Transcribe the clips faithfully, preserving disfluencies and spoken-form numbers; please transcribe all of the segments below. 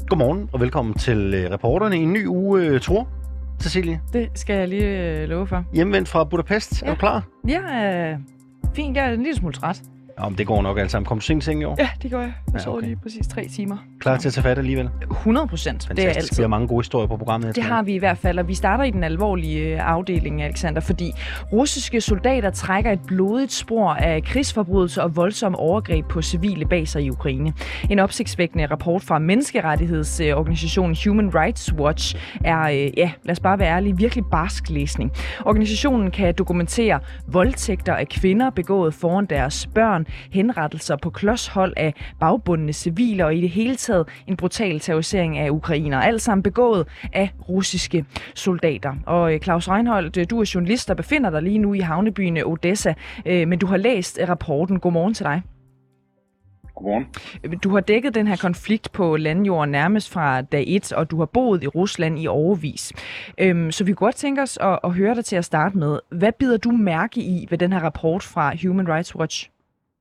Godmorgen og velkommen til uh, reporterne i en ny uge, uh, Tor. Cecilie. Det skal jeg lige uh, love for. Hjemvendt fra Budapest. Ja. Er du klar? Ja, uh, fint. Jeg er en lille smule træt. Ja, men det går nok alt sammen. Kom du sent i seng i år? Ja, det gør jeg. Jeg ja, sov okay. lige præcis tre timer. Klar til at tage fat alligevel? hundrede procent. Det er altid. Vi har mange gode historier på programmet. Det har vi i hvert fald, og vi starter i den alvorlige afdeling, Alexander, fordi russiske soldater trækker et blodigt spor af krigsforbrydelser og voldsomme overgreb på civile baser i Ukraine. En opsigtsvækkende rapport fra menneskerettighedsorganisationen Human Rights Watch er, ja, lad os bare være ærlige, virkelig barsk læsning. Organisationen kan dokumentere voldtægter af kvinder begået foran deres børn, henrettelser på klodshold af bagbundne civile og i det hele taget en brutal terrorisering af ukrainere. Alt sammen begået af russiske soldater. Og Claus Reinholdt, du er journalist og befinder dig lige nu i havnebyen Odessa, men du har læst rapporten. Godmorgen til dig. Godmorgen. Du har dækket den her konflikt på landjorden nærmest fra dag et, og du har boet i Rusland i årevis. Så vi kunne godt tænke os at, at høre dig til at starte med. Hvad bider du mærke i ved den her rapport fra Human Rights Watch?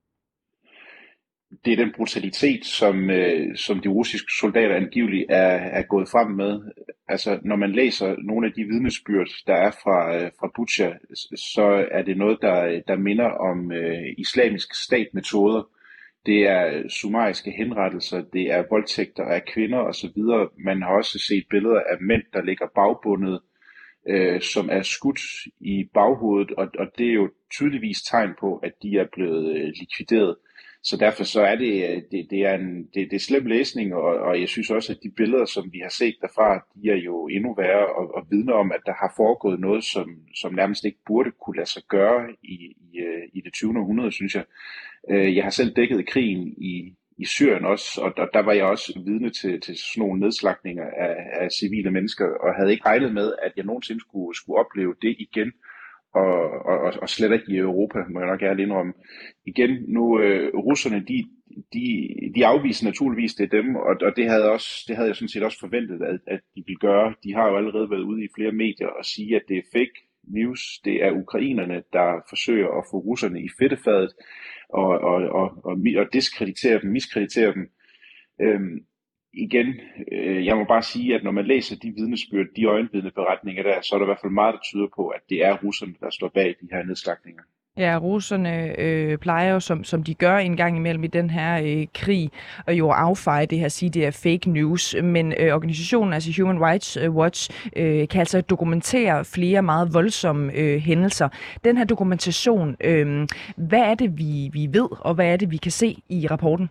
Det er den brutalitet, som, øh, som de russiske soldater angiveligt er, er gået frem med. Altså, når man læser nogle af de vidnesbyrd, der er fra, øh, fra Bucha, så er det noget, der, der minder om øh, islamiske statmetoder. Det er summariske henrettelser, det er voldtægter af kvinder osv. Man har også set billeder af mænd, der ligger bagbundet, øh, som er skudt i baghovedet, og, og det er jo tydeligvis tegn på, at de er blevet øh, likvideret. Så derfor så er det, det, det er en det, det er slem læsning, og, og jeg synes også, at de billeder, som vi har set derfra, de er jo endnu værre og, og vidner om, at der har foregået noget, som, som nærmest ikke burde kunne lade sig gøre i, i, i det tyvende århundrede, synes jeg. Jeg har selv dækket krigen i, i Syrien også, og der, der var jeg også vidne til, til sådan nogle nedslagtninger af, af civile mennesker, og havde ikke regnet med, at jeg nogensinde skulle, skulle opleve det igen. Og, og, og slet ikke i Europa, må jeg nok gerne indrømme. Igen, nu øh, russerne, de, de, de afviser naturligvis, det er dem, og, og det, havde også, det havde jeg sådan set også forventet, at, at de ville gøre. De har jo allerede været ude i flere medier og sige, at det er fake news. Det er ukrainerne, der forsøger at få russerne i fedtefadet og, og, og, og, og diskreditere dem, miskreditere dem. Øhm, Igen, øh, jeg må bare sige, at når man læser de vidnesbyrd, de øjenvidneberetninger der, så er der i hvert fald meget, der tyder på, at det er russerne, der står bag de her nedslagninger. Ja, russerne øh, plejer jo, som, som de gør en gang imellem i den her øh, krig, og jo affeje det her, sige, det er fake news. Men øh, organisationen, altså Human Rights Watch, øh, kan altså dokumentere flere meget voldsomme øh, hændelser. Den her dokumentation, øh, hvad er det, vi, vi ved, og hvad er det, vi kan se i rapporten?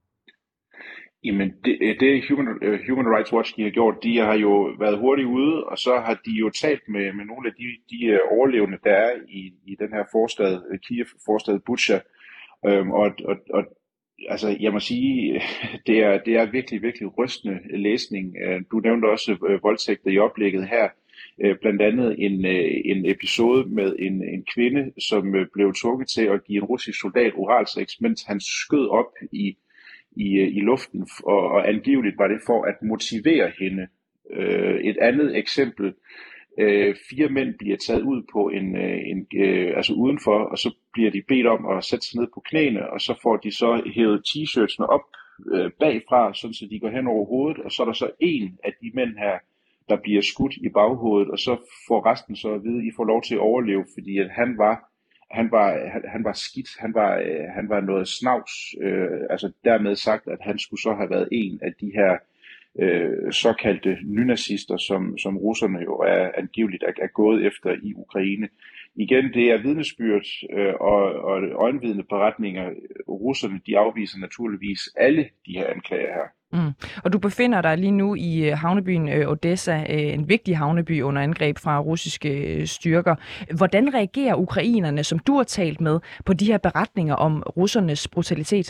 Jamen, det, det Human, uh, Human Rights Watch, de har gjort, de har jo været hurtigt ude, og så har de jo talt med, med nogle af de, de overlevende, der er i, i den her forstad, Kiev, forstad Bucha. Um, og, og, og altså, jeg må sige, det er, det er virkelig, virkelig rystende læsning. Du nævnte også uh, voldtægter i oplægget her. Uh, blandt andet en, uh, en episode med en, en kvinde, som uh, blev tvunget til at give en russisk soldat oralsex, mens han skød op i I, i luften, og, og angiveligt var det for at motivere hende. Øh, et andet eksempel, øh, fire mænd bliver taget ud på en, en øh, altså udenfor, og så bliver de bedt om at sætte sig ned på knæene, og så får de så hævet t-shirtsene op øh, bagfra, sådan så de går hen over hovedet, og så er der så en af de mænd her, der bliver skudt i baghovedet, og så får resten så at vide, at I får lov til at overleve, fordi at han var Han var, han, han var skidt, han var, øh, han var noget snavs, øh, altså dermed sagt, at han skulle så have været en af de her øh, såkaldte nynazister, som, som russerne jo er angiveligt er, er gået efter i Ukraine. Igen, det er vidnesbyrd øh, og, og øjenvidne beretninger. Russerne, de afviser naturligvis alle de her anklager her. Mm. Og du befinder dig lige nu i havnebyen Odessa, en vigtig havneby under angreb fra russiske styrker. Hvordan reagerer ukrainerne, som du har talt med, på de her beretninger om russernes brutalitet?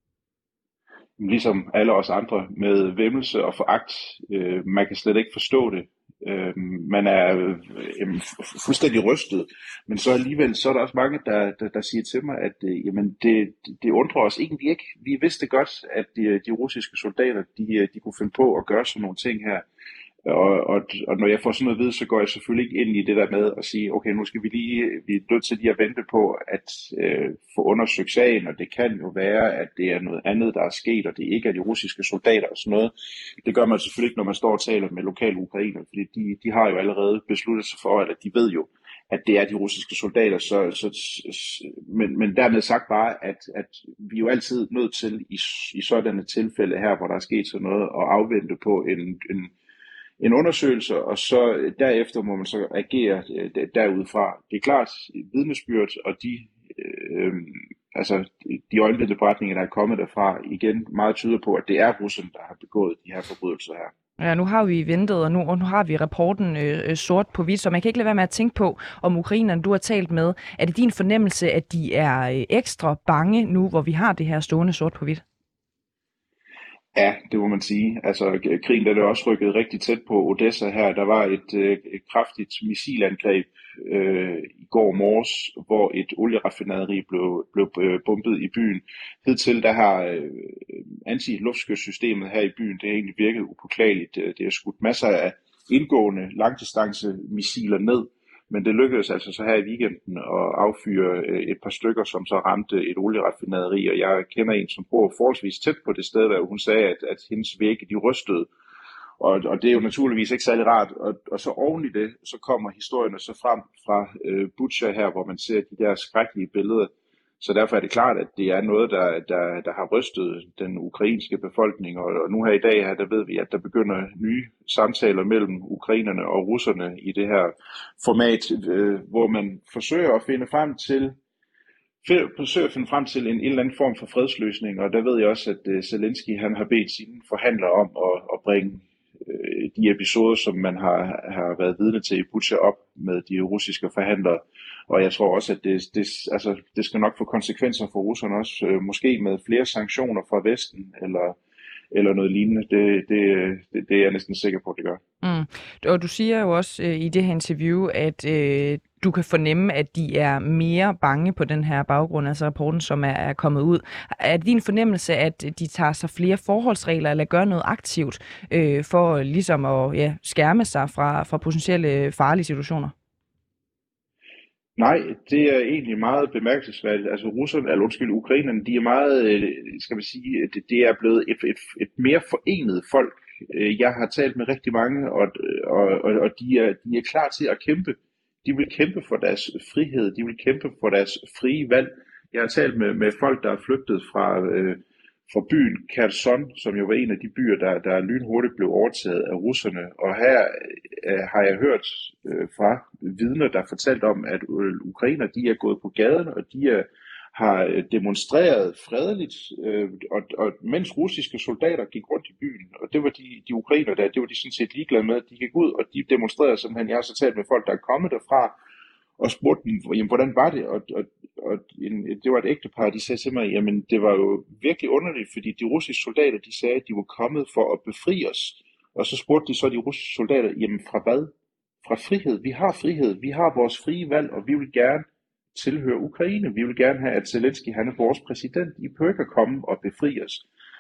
Ligesom alle os andre med væmmelse og foragt. Man kan slet ikke forstå det. Øh, man er øh, fuldstændig rystet, men så alligevel så er der også mange, der, der, der siger til mig, at øh, jamen det, det undrer os egentlig ikke. Vi vidste godt, at de, de russiske soldater, de, de kunne finde på at gøre sådan nogle ting her. Og, og, og når jeg får sådan noget at vide, så går jeg selvfølgelig ikke ind i det der med at sige, okay, nu skal vi lige, vi er nødt til lige at vente på at øh, få undersøgt sagen, og det kan jo være, at det er noget andet, der er sket, og det ikke er de russiske soldater og sådan noget. Det gør man selvfølgelig ikke, når man står og taler med lokale ukrainere, fordi de, de har jo allerede besluttet sig for, at de ved jo, at det er de russiske soldater, så, så, men, men dermed sagt bare, at, at vi er jo altid nødt til i, i sådanne tilfælde her, hvor der er sket sådan noget, at afvente på en, en en undersøgelse, og så derefter må man så agere derudfra. Det er klart, vidnesbyrd og de, øh, altså, de øjenvidneberetninger, der er kommet derfra, igen meget tyder på, at det er russerne, der har begået de her forbrydelser her. Ja, nu har vi ventet, og nu, og nu har vi rapporten øh, sort på hvidt, så man kan ikke lade være med at tænke på, om ukrainerne, du har talt med, er det din fornemmelse, at de er øh, ekstra bange nu, hvor vi har det her stående sort på hvidt? Ja, det må man sige. Altså, krigen der er også rykket rigtig tæt på Odessa her. Der var et, et kraftigt missilangreb øh, i går morges, hvor et olieraffinaderi blev, blev bombet i byen. Hidtil der har øh, anti-luftskytssystemet her i byen, det har egentlig virket upåklageligt. Det har skudt masser af indgående langdistance missiler ned, men det lykkedes altså så her i weekenden at affyre et par stykker, som så ramte et olieraffinaderi, og jeg kender en, som bor forholdsvis tæt på det sted, der hun sagde, at, at hendes vægge, de rystede. Og, og det er jo naturligvis ikke særlig rart. Og, og så oven i det, så kommer historierne så frem fra øh, Bucha her, hvor man ser de der skrækkelige billeder. Så derfor er det klart, at det er noget, der, der, der har rystet den ukrainske befolkning. Og, og nu her i dag, her, der ved vi, at der begynder nye samtaler mellem ukrainerne og russerne i det her format, øh, hvor man forsøger at finde frem til forsøger at finde frem til en, en eller anden form for fredsløsning. Og der ved jeg også, at uh, Zelensky han har bedt sine forhandlere om at, at bringe øh, de episoder, som man har, har været vidne til i Bucha op med de russiske forhandlere. Og jeg tror også, at det, det, altså, det skal nok få konsekvenser for russerne også, øh, måske med flere sanktioner fra Vesten, eller, eller noget lignende. Det, det, det, det er jeg næsten sikker på, at det gør. Mm. Og du siger jo også øh, i det her interview, at øh, du kan fornemme, at de er mere bange på den her baggrund, altså rapporten, som er, er kommet ud. Er det din fornemmelse, at de tager sig flere forholdsregler, eller gør noget aktivt øh, for ligesom at ja, skærme sig fra, fra potentielle farlige situationer? Nej, det er egentlig meget bemærkelsesværdigt. Altså russerne, eller undskyld, ukrainerne, de er meget, skal man sige, det, det er blevet et, et, et mere forenet folk. Jeg har talt med rigtig mange, og, og, og de, er, de er klar til at kæmpe. De vil kæmpe for deres frihed, de vil kæmpe for deres frie valg. Jeg har talt med, med folk, der er flygtet fra, øh, fra byen Kherson, som jo var en af de byer, der, der lynhurtigt blev overtaget af russerne. Og her øh, har jeg hørt øh, fra vidner, der fortalt om, at øh, ukrainer de er gået på gaden, og de er, har demonstreret fredeligt, øh, og, og mens russiske soldater gik rundt i byen, og det var de, de ukrainer der, det var de sådan set ligeglade med, at de gik ud, og de demonstrerede simpelthen. Jeg har så talt med folk, der er kommet derfra, og spurgte dem, jamen, hvordan var det? Og, og, og en, det var et ægtepar, de sagde til mig, jamen det var jo virkelig underligt, fordi de russiske soldater, de sagde, at de var kommet for at befri os. Og så spurgte de så de russiske soldater, jamen fra hvad? Fra frihed. Vi har frihed, vi har vores frie valg, og vi vil gerne tilhøre Ukraine. Vi vil gerne have, at Zelensky, han er vores præsident. I behøver ikke at komme og befri os.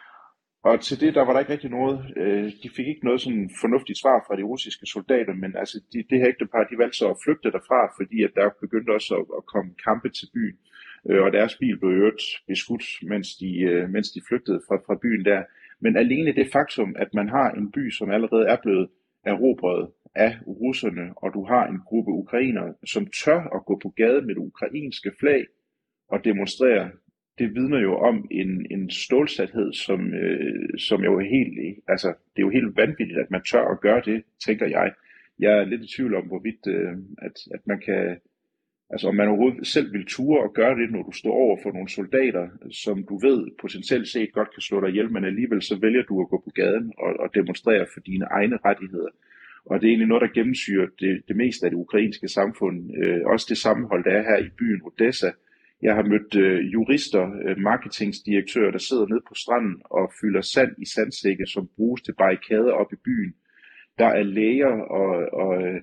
Og til det, der var der ikke rigtig noget. De fik ikke noget sådan fornuftigt svar fra de russiske soldater, men altså de, det her ægtepar, de valgte så at flygte derfra, fordi at der begyndte også at, at komme kampe til byen. Og deres bil blev øvrigt beskudt, mens de, mens de flygtede fra, fra byen der. Men alene det faktum, at man har en by, som allerede er blevet erobret af russerne, og du har en gruppe ukrainere, som tør at gå på gaden med det ukrainske flag og demonstrere, det vidner jo om en, en stålsathed, som, øh, som jo er helt, altså det er jo helt vanvittigt, at man tør at gøre det, tænker jeg. Jeg er lidt i tvivl om, hvorvidt øh, at, at man kan, altså om man overhovedet selv vil ture og gøre det, når du står over for nogle soldater, som du ved potentielt set godt kan slå dig ihjel, men alligevel så vælger du at gå på gaden og, og demonstrere for dine egne rettigheder. Og det er egentlig noget, der gennemsyrer det, det meste af det ukrainske samfund. Øh, også det sammenhold, der er her i byen Odessa. Jeg har mødt øh, jurister, øh, marketingsdirektører, der sidder nede på stranden og fylder sand i sandsække, som bruges til barrikader op i byen. Der er læger og, og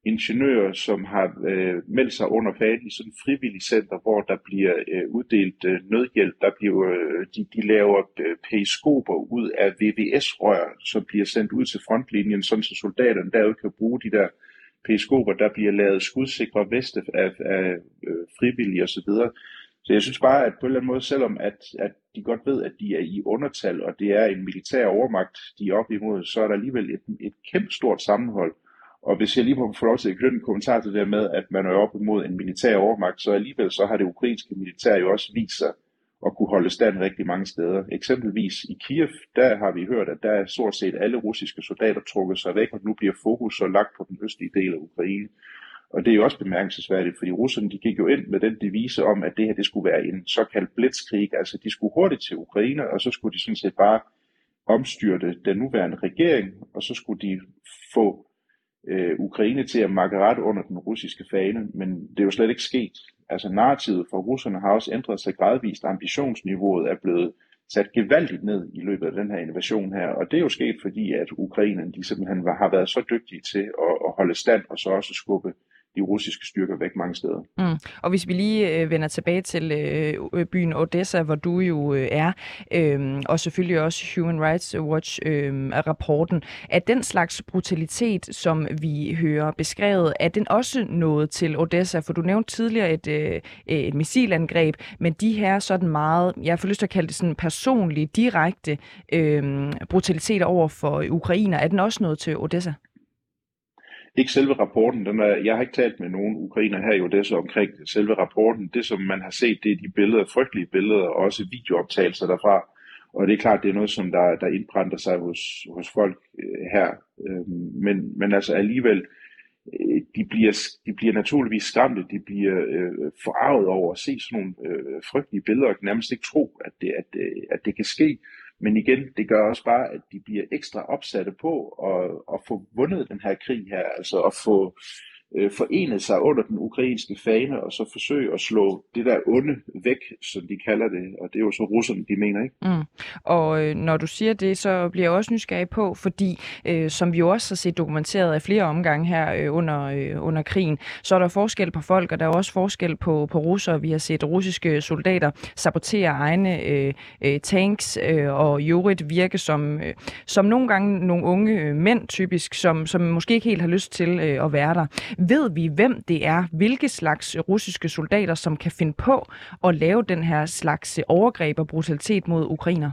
ingeniører, som har øh, meldt sig under fanen i sådan et frivilligt center, hvor der bliver øh, uddelt øh, nødhjælp. Der bliver, øh, de, de laver øh, periskoper ud af V V S-rør, som bliver sendt ud til frontlinjen, sådan så soldaterne derude kan bruge de der periskoper. Der bliver lavet skudsikre veste af, af øh, frivillige osv. Så jeg synes bare, at på en eller anden måde, selvom at, at de godt ved, at de er i undertal, og det er en militær overmagt, de er op imod, så er der alligevel et, et kæmpe stort sammenhold. Og hvis jeg lige må få lov til at knytte en kommentar til det der med, at man er op imod en militær overmagt, så alligevel så har det ukrainske militær jo også vist sig at kunne holde stand rigtig mange steder. Eksempelvis i Kiev, der har vi hørt, at der er stort set alle russiske soldater trukket sig væk, og nu bliver fokus så lagt på den østlige del af Ukraine. Og det er jo også bemærkelsesværdigt, fordi russerne de gik jo ind med den devise om, at det her det skulle være en såkaldt blitzkrig, altså de skulle hurtigt til Ukraine, og så skulle de sådan set bare omstyrte den nuværende regering, og så skulle de få øh, Ukraine til at makke ret under den russiske fane, men det er jo slet ikke sket. Altså narrativet for russerne har også ændret sig gradvist, ambitionsniveauet er blevet sat gevaldigt ned i løbet af den her invasion her, og det er jo sket fordi, at Ukraine de simpelthen har været så dygtige til at, at holde stand, og så også skubbe de russiske styrker væk mange steder. Mm. Og hvis vi lige øh, vender tilbage til øh, byen Odessa, hvor du jo øh, er, øh, og selvfølgelig også Human Rights Watch-rapporten, øh, er den slags brutalitet, som vi hører beskrevet, er den også nået til Odessa? For du nævnte tidligere et, øh, et missilangreb, men de her sådan meget, jeg får lyst til at kalde det sådan personlige, direkte øh, brutaliteter over for ukrainer, er den også nået til Odessa? Ikke selve rapporten. Den er, jeg har ikke talt med nogen ukrainer her i Odessa omkring selve rapporten. Det, som man har set, det er de billeder, frygtelige billeder, og også videooptagelser derfra. Og det er klart, det er noget, som der, der indbrænder sig hos, hos folk øh, her. Øh, men, men altså alligevel, øh, de, bliver, de bliver naturligvis skræmte, de bliver øh, forarvet over at se sådan nogle øh, frygtelige billeder, og kan nærmest ikke tro, at det, at, at det kan ske. Men igen, det gør også bare, at de bliver ekstra opsatte på at, at få vundet den her krig her, altså at få øh, forenet sig under den ukrainske fane, og så forsøge at slå det der onde væk, som de kalder det, og det er jo så russerne, de mener, ikke? Mm. Og øh, når du siger det, så bliver jeg også nysgerrig på, fordi øh, som vi jo også har set dokumenteret af flere omgange her øh, under, øh, under krigen, så er der forskel på folk, og der er også forskel på, på russere. Vi har set russiske soldater sabotere egne øh, øh, tanks, øh, og i øvrigt virke som, øh, som nogle gange nogle unge øh, mænd typisk, som, som måske ikke helt har lyst til øh, at være der. Ved vi, hvem det er, hvilke slags russiske soldater, som kan finde på at lave den her slags overgreb og brutalitet mod ukrainer?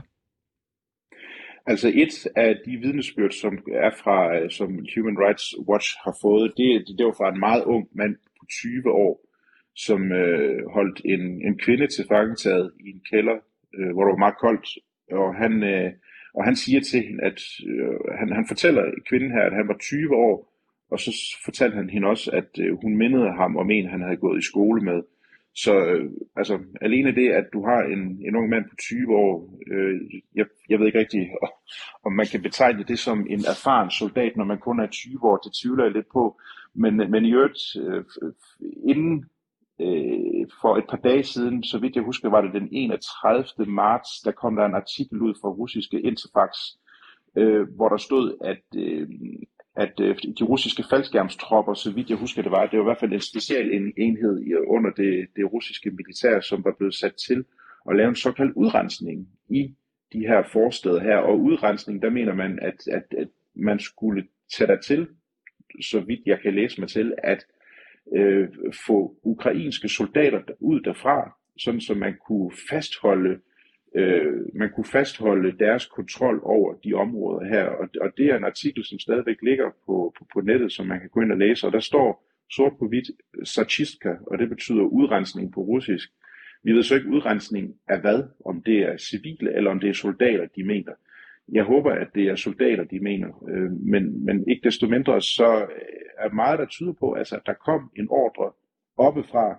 Altså et af de vidnesbyrd, som er fra, som Human Rights Watch har fået, det, det var fra en meget ung mand på tyve år, som øh, holdt en, en kvinde til fangetaget i en kælder, øh, hvor det var meget koldt, og han, øh, og han siger til hende, at øh, han, han fortæller kvinden her, at han var tyve år, og så fortalte han hende også, at øh, hun mindede ham om en, han havde gået i skole med. Så øh, altså, alene det, at du har en, en ung mand på tyve år, øh, jeg, jeg ved ikke rigtig, om man kan betegne det som en erfaren soldat, når man kun er tyve år, det tvivler jeg lidt på. Men, men i øvrigt, øh, inden øh, for et par dage siden, så vidt jeg husker, var det den enogtredivte marts, der kom der en artikel ud fra russiske Interfax, øh, hvor der stod, at øh, at øh, de russiske faldskærmstropper, så vidt jeg husker det var, det var i hvert fald en speciel en, enhed under det, det russiske militær, som var blevet sat til at lave en såkaldt udrensning i de her forsteder her. Og udrensning, der mener man, at, at, at man skulle tage der til, så vidt jeg kan læse mig til, at øh, få ukrainske soldater ud derfra, sådan så man kunne fastholde Øh, man kunne fastholde deres kontrol over de områder her, og, og det er en artikel, som stadigvæk ligger på, på, på nettet, som man kan gå ind og læse, og der står sort på hvidt Sachistka, og det betyder udrensning på russisk. Vi ved så ikke udrensning af hvad, om det er civile, eller om det er soldater, de mener. Jeg håber, at det er soldater, de mener, øh, men, men ikke desto mindre, så er meget, der tyder på, altså, at der kom en ordre oppefra,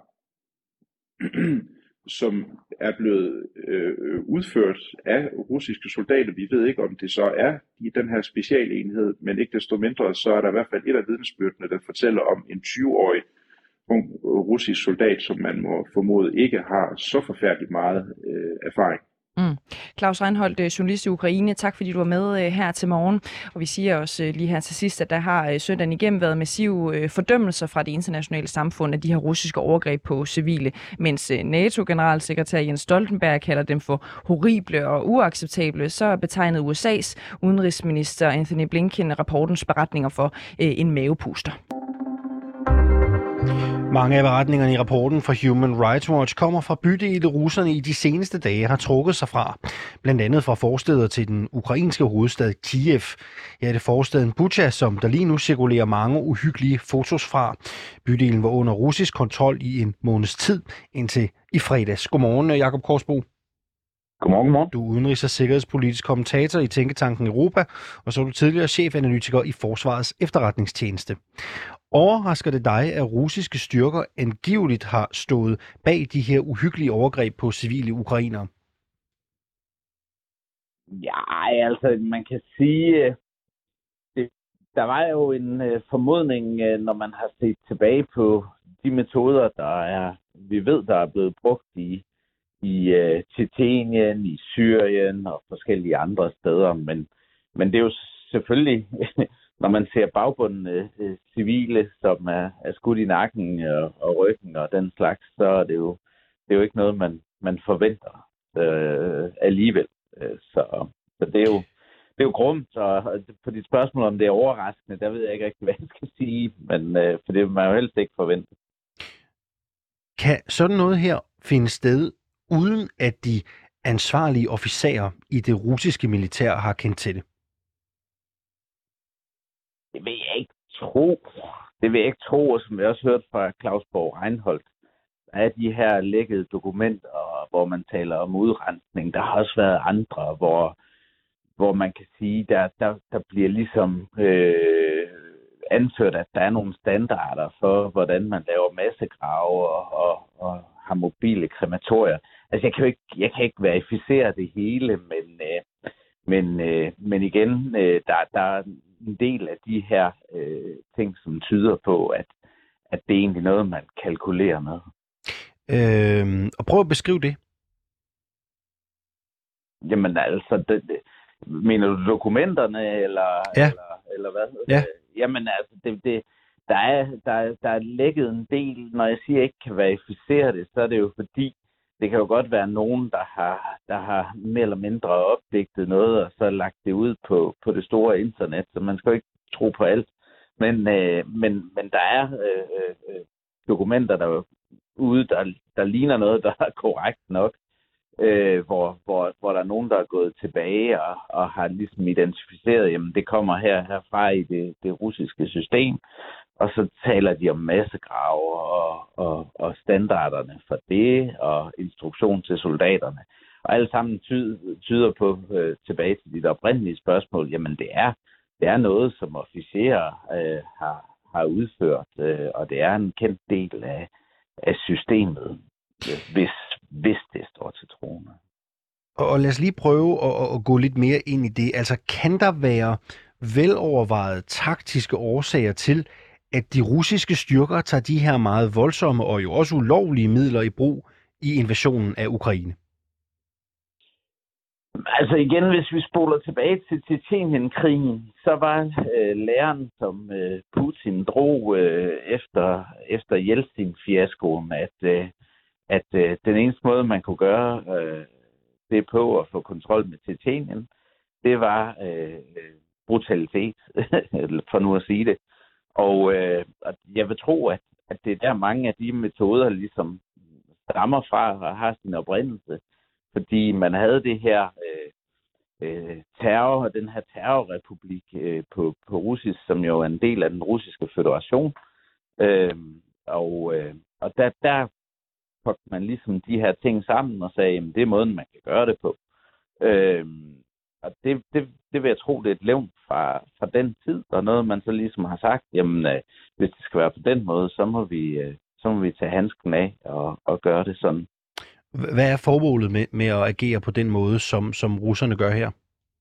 som er blevet øh, udført af russiske soldater. Vi ved ikke, om det så er i den her specialenhed, men ikke desto mindre, så er der i hvert fald et af vidnesbyrdene, der fortæller om en tyve-årig ung russisk soldat, som man må formode ikke har så forfærdeligt meget øh, erfaring. Mm. Claus Reinholdt, journalist i Ukraine, tak fordi du var med her til morgen. Og vi siger også lige her til sidst, at der har søndagen igennem været massive fordømmelser fra det internationale samfund af de her russiske overgreb på civile, mens NATO-generalsekretær Jens Stoltenberg kalder dem for horrible og uacceptable, så betegnede U S A's udenrigsminister Anthony Blinken rapportens beretninger for en mavepuster. Mange af beretningerne i rapporten fra Human Rights Watch kommer fra bydele, russerne i de seneste dage har trukket sig fra. Blandt andet fra forsteder til den ukrainske hovedstad Kiev. Ja, det er forstaden Bucha, som der lige nu cirkulerer mange uhyggelige fotos fra. Bydelen var under russisk kontrol i en måneds tid, indtil i fredags. Godmorgen, Jakob Korsbo. Godmorgen, godmorgen. Du er udenrigs- og sikkerhedspolitisk kommentator i Tænketanken Europa, og så er du tidligere chefanalytiker i Forsvarets efterretningstjeneste. Overrasker det dig, at russiske styrker angiveligt har stået bag de her uhyggelige overgreb på civile ukrainere? Ja, altså man kan sige, det, der var jo en uh, formodning, uh, når man har set tilbage på de metoder, der er, vi ved, der er blevet brugt i i uh, Tjetjenien, i Syrien og forskellige andre steder. Men, men det er jo selvfølgelig, når man ser bagbundne uh, civile, som er, er skudt i nakken og, og ryggen og den slags, så er det jo, det er jo ikke noget, man, man forventer uh, alligevel. Uh, så, så det er jo det er jo grumt, og på dit spørgsmål, om det er overraskende, der ved jeg ikke rigtig, hvad jeg skal sige, men uh, for det vil man jo helst ikke forvente. Kan sådan noget her finde sted, uden at de ansvarlige officerer i det russiske militær har kendt til det? Det vil jeg ikke tro. Det vil jeg ikke tro, og som jeg også hørte fra Claus Borg Reinholdt, der er de her lækkede dokumenter, hvor man taler om udrensning. Der har også været andre, hvor, hvor man kan sige, der, der, der bliver ligesom øh, anført, at der er nogle standarder for, hvordan man laver massegrave og, og, og har mobile krematorier. Altså, jeg kan jo ikke, jeg kan ikke verificere det hele, men, øh, men, øh, men igen, øh, der, der er en del af de her øh, ting, som tyder på, at, at det er egentlig noget, man kalkulerer med. Øhm, og prøv at beskrive det. Jamen altså, det, det, mener du dokumenterne, eller, ja. eller, eller hvad? Ja. Jamen altså, det, det, der, er, der, der er lækket en del. Når jeg siger, at jeg ikke kan verificere det, så er det jo fordi, det kan jo godt være nogen, der har, der har mere eller mindre opdigtet noget, og så lagt det ud på, på det store internet, så man skal jo ikke tro på alt. Men, øh, men, men der er øh, øh, dokumenter der er ude, der, der ligner noget, der er korrekt nok, øh, hvor, hvor, hvor der er nogen, der er gået tilbage og, og har ligesom identificeret, jamen det kommer her herfra i det, det russiske system, og så taler de om massegrave og, og, og standarderne for det, og instruktion til soldaterne. Og alle sammen tyder, tyder på, øh, tilbage til dit oprindelige spørgsmål, jamen det er, det er noget, som officerer øh, har, har udført, øh, og det er en kendt del af, af systemet, hvis, hvis det står til troende. Og, og lad os lige prøve at, at gå lidt mere ind i det. Altså, kan der være velovervejede taktiske årsager til, at de russiske styrker tager de her meget voldsomme og jo også ulovlige midler i brug i invasionen af Ukraine? Altså igen, hvis vi spoler tilbage til Tjetjenien-krigen, så var øh, læren, som øh, Putin drog øh, efter, efter Jeltsin-fiaskoen, at, øh, at øh, den eneste måde, man kunne gøre øh, det på at få kontrol med Tjetjenien, det var øh, brutalitet, for nu at sige det. Og øh, jeg vil tro, at, at det er der mange af de metoder ligesom stammer fra og har sin oprindelse. Fordi man havde det her øh, øh, terror, og den her terrorrepublik øh, på, på russisk, som jo er en del af den russiske føderation. Øh, og øh, og der, der brugte man ligesom de her ting sammen og sagde, jamen det er måden, man kan gøre det på. Øh, og det, det, det vil jeg tro, det er et levn fra, fra den tid, og noget man så ligesom har sagt, jamen øh, hvis det skal være på den måde, så må vi, øh, så må vi tage handsken af og, og gøre det sådan. Hvad er formålet med, med at agere på den måde, som, som russerne gør her?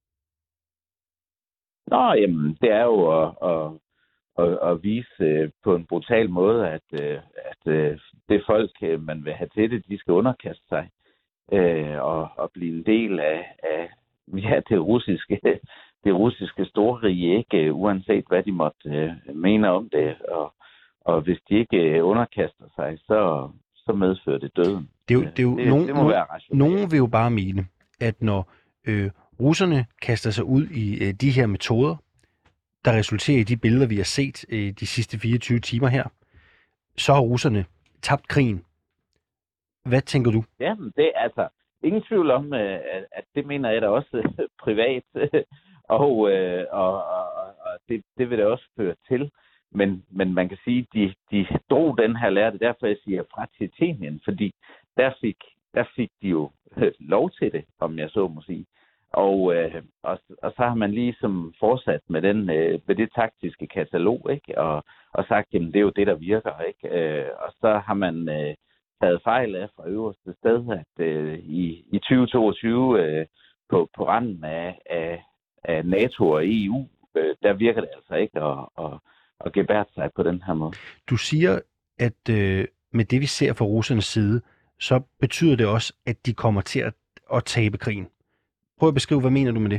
Nå, jamen, det er jo at, at, at, at vise på en brutal måde, at, at det folk, man vil have til det, de skal underkaste sig. øh, og, og blive en del af, af ja, det russiske det russiske storrige, ikke uanset hvad de måtte øh, mene om det, og, og hvis de ikke underkaster sig, så, så medfører det døden. Det er jo, det er jo det, nogen, det må være rationelt. nogen vil jo bare mene, at når øh, russerne kaster sig ud i øh, de her metoder, der resulterer i de billeder, vi har set øh, de sidste fireogtyve timer her, så har russerne tabt krigen. Hvad tænker du? Jamen, det er altså ingen tvivl om, at, at det mener jeg da også privat, og, og, og, og det, det vil det også føre til. Men, men man kan sige, at de, de drog den her lære, det er derfor, jeg siger fra Tjetjenien, fordi der fik, der fik de jo lov til det, om jeg så må sige. Og, øh, og, og så har man ligesom fortsat med, den, øh, med det taktiske katalog, ikke? Og, og sagt, jamen det er jo det, der virker, ikke? Øh, og så har man øh, taget fejl af fra øverste sted, at øh, i, i tyve toogtyve øh, på, på randen af, af, af NATO og E U, øh, der virker det altså ikke at, at, at gebærde sig på den her måde. Du siger, at øh, med det, vi ser fra russernes side, så betyder det også, at de kommer til at, at tabe krigen. Prøv at beskrive, hvad mener du med det?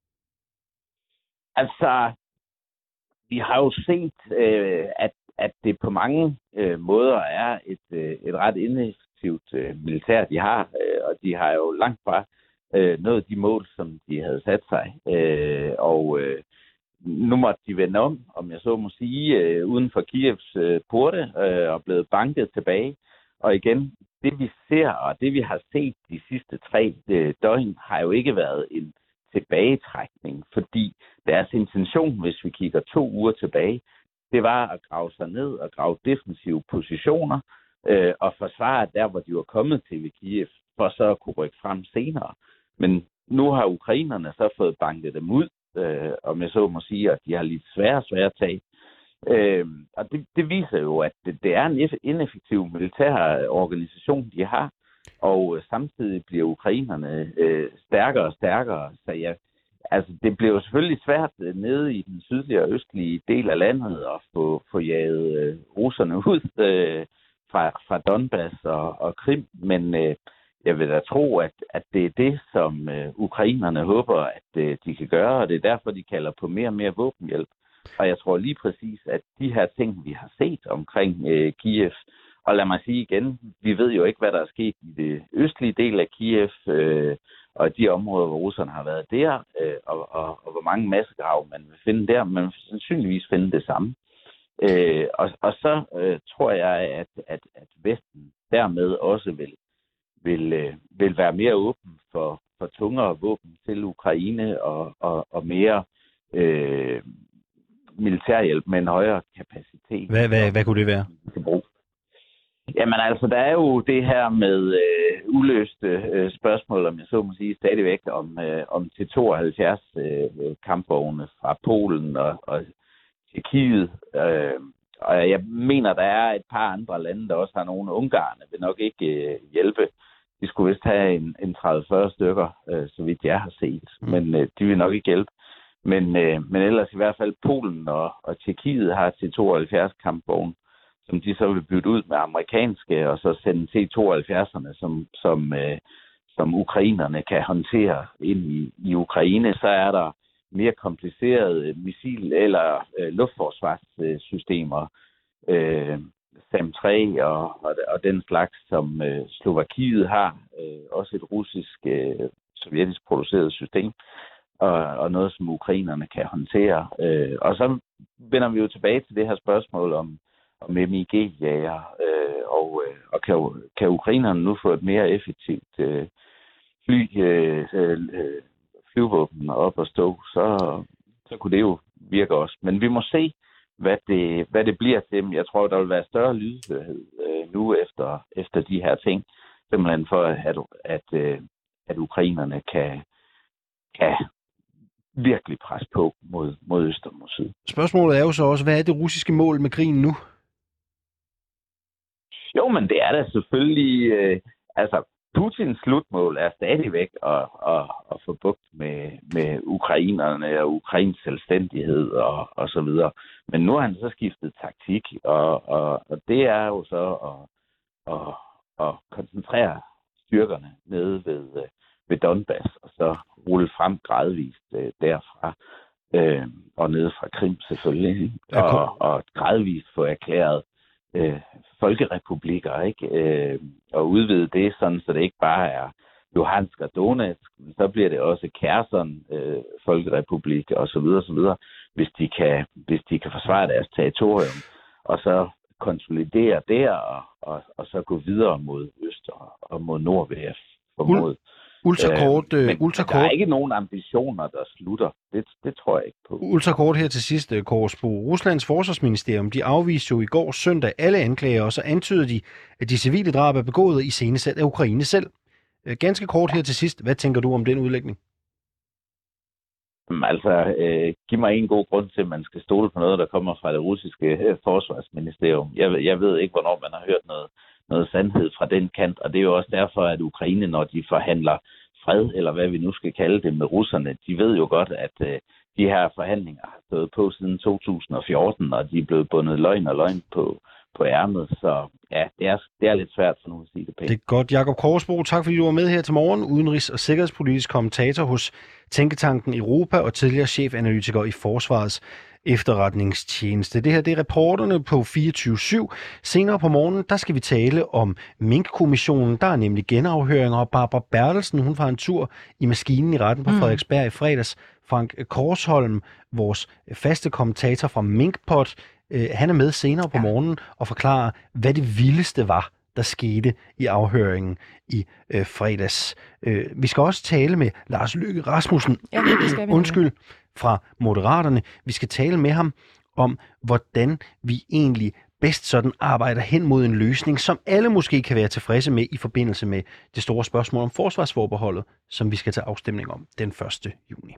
Altså, vi har jo set, øh, at, at det på mange øh, måder er et, øh, et ret ineffektivt øh, militær, de har, øh, og de har jo langt fra øh, nået de mål, som de havde sat sig. Øh, og øh, nu måtte de vende om, om jeg så må sige, øh, uden for Kievs øh, porte, øh, og blevet banket tilbage. Og igen, det vi ser, og det vi har set de sidste tre øh, døgn, har jo ikke været en tilbagetrækning, fordi deres intention, hvis vi kigger to uger tilbage, det var at grave sig ned og grave defensive positioner øh, og forsvare der, hvor de var kommet til ved Kiev, for så at kunne rykke frem senere. Men nu har ukrainerne så fået banket dem ud, øh, om jeg så må sige, at de har lidt svære, svære tag. Øh, og det, det viser jo, at det, det er en ineffektiv militær organisation, de har, og øh, samtidig bliver ukrainerne øh, stærkere og stærkere. Så ja, altså, det bliver jo selvfølgelig svært øh, nede i den sydlige og østlige del af landet at få, få jaget øh, russerne ud øh, fra, fra Donbass og, og Krim, men øh, jeg vil da tro, at, at det er det, som øh, ukrainerne håber, at øh, de kan gøre, og det er derfor, de kalder på mere og mere våbenhjælp. Og jeg tror lige præcis, at de her ting, vi har set omkring øh, Kiev, og lad mig sige igen, vi ved jo ikke, hvad der er sket i det østlige del af Kiev, øh, og de områder, hvor russerne har været der, øh, og, og, og hvor mange massegrave man vil finde der, men man vil sandsynligvis finde det samme. Øh, og, og så øh, tror jeg, at, at, at Vesten dermed også vil, vil, øh, vil være mere åben for, for tungere våben til Ukraine og, og, og mere øh, militærhjælp med en højere kapacitet. Hvad, hvad, hvad kunne det være? Jamen altså, der er jo det her med øh, uløste øh, spørgsmål, om jeg så må sige, stadigvæk om, øh, om T tooghalvfjerds øh, kampvogne fra Polen og, og Tjekkiet. Øh, og jeg mener, der er et par andre lande, der også har nogle. Ungarerne vil nok ikke øh, hjælpe. De skulle vist have en, en tredive til fyrre stykker, øh, så vidt jeg har set. Men øh, de vil nok ikke hjælpe. Men, øh, men ellers i hvert fald Polen og, og Tjekkiet har T tooghalvfjerds kampvogne, som de så vil bytte ud med amerikanske, og så sende T tooghalvfjerdserne, som, som, øh, som ukrainerne kan håndtere ind i, i Ukraine. Så er der mere komplicerede missil- eller øh, luftforsvarssystemer, øh, SAM tre og, og, og den slags, som øh, Slovakiet har. Øh, også et russisk, øh, sovjetisk produceret system, og, og noget, som ukrainerne kan håndtere. Øh, og så vender vi jo tilbage til det her spørgsmål om om M I G-jager, øh, og, øh, og kan, kan ukrainerne nu få et mere effektivt øh, fly, øh, øh, flyvåben op og stå, så, så kunne det jo virke også. Men vi må se, hvad det, hvad det bliver til dem. Jeg tror, der vil være større lydhørhed øh, nu efter, efter de her ting, simpelthen for, at, at, øh, at ukrainerne kan, kan virkelig presse på mod, mod øst og mod syd. Spørgsmålet er jo så også, hvad er det russiske mål med krigen nu? Jo, men det er da selvfølgelig... Øh, altså, Putins slutmål er stadigvæk at, at, at få bugt med, med ukrainerne og Ukrains selvstændighed og, og så videre. Men nu har han så skiftet taktik, og, og, og det er jo så at, at, at koncentrere styrkerne nede ved, øh, ved Donbass, og så rulle frem gradvist øh, derfra, øh, og nede fra Krim selvfølgelig, og, og gradvist få erklæret øh, folkerepublikker, ikke? Øh, og udvide det, sådan, så det ikke bare er Luhansk og Donetsk, så bliver det også Kherson, øh, folkerepublik og så videre, så videre, hvis de kan, hvis de kan forsvare deres territorium, og så konsolidere der, og, og, og så gå videre mod øst og, og mod nord ved at formode. Ultrakort, øh, men ultrakort. der er ikke nogen ambitioner, der slutter. Det, det tror jeg ikke på. Ultrakort her til sidst, Korsbo. Ruslands forsvarsministerium, de afviste jo i går søndag alle anklager, og så antydede de, at de civile drab er begået i iscenesat af Ukraine selv. Ganske kort her til sidst. Hvad tænker du om den udlægning? Altså, øh, giv mig en god grund til, at man skal stole på noget, der kommer fra det russiske øh, forsvarsministerium. Jeg, jeg ved ikke, hvornår man har hørt noget, noget sandhed fra den kant, og det er jo også derfor, at Ukraine, når de forhandler fred, eller hvad vi nu skal kalde det med russerne, de ved jo godt, at øh, de her forhandlinger har stået på siden to tusind og fjorten, og de er blevet bundet løgn og løgn på, på ærmet, så ja, det er, det er lidt svært for nu at sige det pænt. Det er godt. Jakob Korsbo, tak fordi du var med her til morgen. Udenrigs- og sikkerhedspolitisk kommentator hos Tænketanken Europa og tidligere chefanalytiker i Forsvarets efterretningstjeneste. Det her det er reporterne på fireogtyve syv. Senere på morgenen, der skal vi tale om Mink-kommissionen. Der er nemlig genafhøringer, og Barbara Bertelsen, hun var en tur i maskinen i retten på mm. Frederiksberg i fredags. Frank Korsholm, vores faste kommentator fra Minkpot, øh, han er med senere på morgenen og forklarer, hvad det vildeste var, der skete i afhøringen i øh, fredags. Øh, vi skal også tale med Lars Løkke Rasmussen, ja, det skal vi undskyld, fra Moderaterne. Vi skal tale med ham om, hvordan vi egentlig bedst sådan arbejder hen mod en løsning, som alle måske kan være tilfredse med i forbindelse med det store spørgsmål om forsvarsforbeholdet, som vi skal til afstemning om den første juni.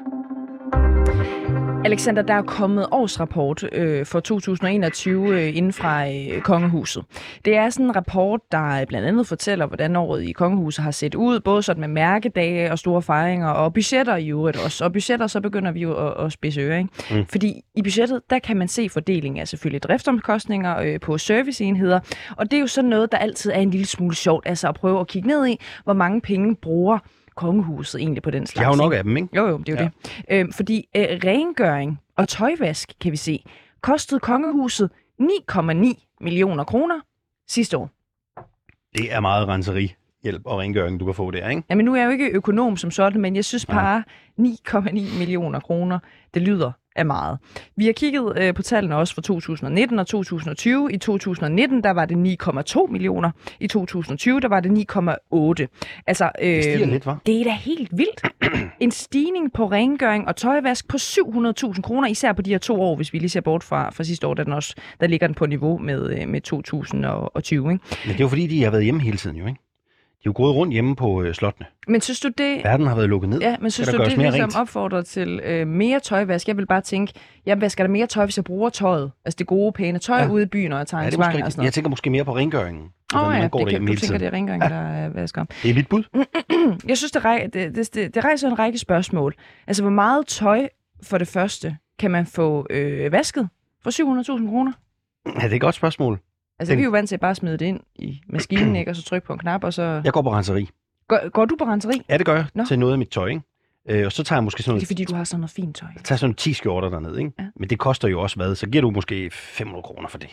Alexander, der er kommet årsrapport øh, for to tusind og enogtyve øh, inden fra øh, Kongehuset. Det er sådan en rapport, der blandt andet fortæller, hvordan året i Kongehuset har set ud, både sådan med mærkedage og store fejringer, og budgetter i øvrigt også. Og budgetter, så begynder vi jo at, at spidse øre, ikke? Mm. Fordi i budgettet, der kan man se fordelingen af selvfølgelig driftsomkostninger øh, på serviceenheder, og det er jo sådan noget, der altid er en lille smule sjovt, altså at prøve at kigge ned i, hvor mange penge bruger Kongehuset egentlig på den slags. Jeg har jo nok af dem, ikke? Jo, jo, det er jo ja. det. Øh, fordi øh, rengøring og tøjvask, kan vi se, kostede Kongehuset ni komma ni millioner kroner sidste år. Det er meget renserihjælp og rengøring, du kan få der, ikke? Jamen, nu er jeg jo ikke økonom som sådan, men jeg synes bare, ja. ni komma ni millioner kroner, det lyder af meget. Vi har kigget øh, på tallene også for to tusind og nitten og to tusind og tyve. I to tusind og nitten, der var det ni komma to millioner. I to tusind og tyve, der var det ni komma otte. Altså, øh, det stiger lidt, hva'? Det er da helt vildt. En stigning på rengøring og tøjvask på syv hundrede tusind kroner, især på de her to år, hvis vi lige ser bort fra, fra sidste år, der, den også, der ligger den på niveau med, med to tusind og tyve. Ikke? Men det er jo fordi, de har været hjemme hele tiden, jo, ikke? De er jo gået rundt hjemme på øh, slottene. Men synes du det... Verden har været lukket ned. Ja, men synes du det ligesom rent? Opfordrer til øh, mere tøjvask? Jeg vil bare tænke, jeg vasker der mere tøj, hvis jeg bruger tøjet. Altså det gode, pæne tøj ja. ude i byen og tager ja, en og sådan noget. Jeg tænker måske mere på rengøringen. Åh oh, ja, det kan, du tænker, det er rengøringen, ja. der vasker. Det er mit bud. Jeg synes, det, rej, det, det, det, det rejser en række spørgsmål. Altså, hvor meget tøj for det første kan man få øh, vasket for syv hundrede tusind kroner? Ja, det er et godt spørgsmål. Altså, Den... vi er jo vant til at bare smide det ind i maskinen, ikke? Og så trykke på en knap, og så... Jeg går på renseri. Går, går du på renseri? Ja, det gør jeg. Nå. Til noget af mit tøj, ikke? Øh, og så tager jeg måske sådan noget... Det er fordi, du har sådan noget fint tøj. Jeg tager sådan ti skjorter dernede, ikke? Ja. Men det koster jo også hvad? Så giver du måske fem hundrede kroner for det.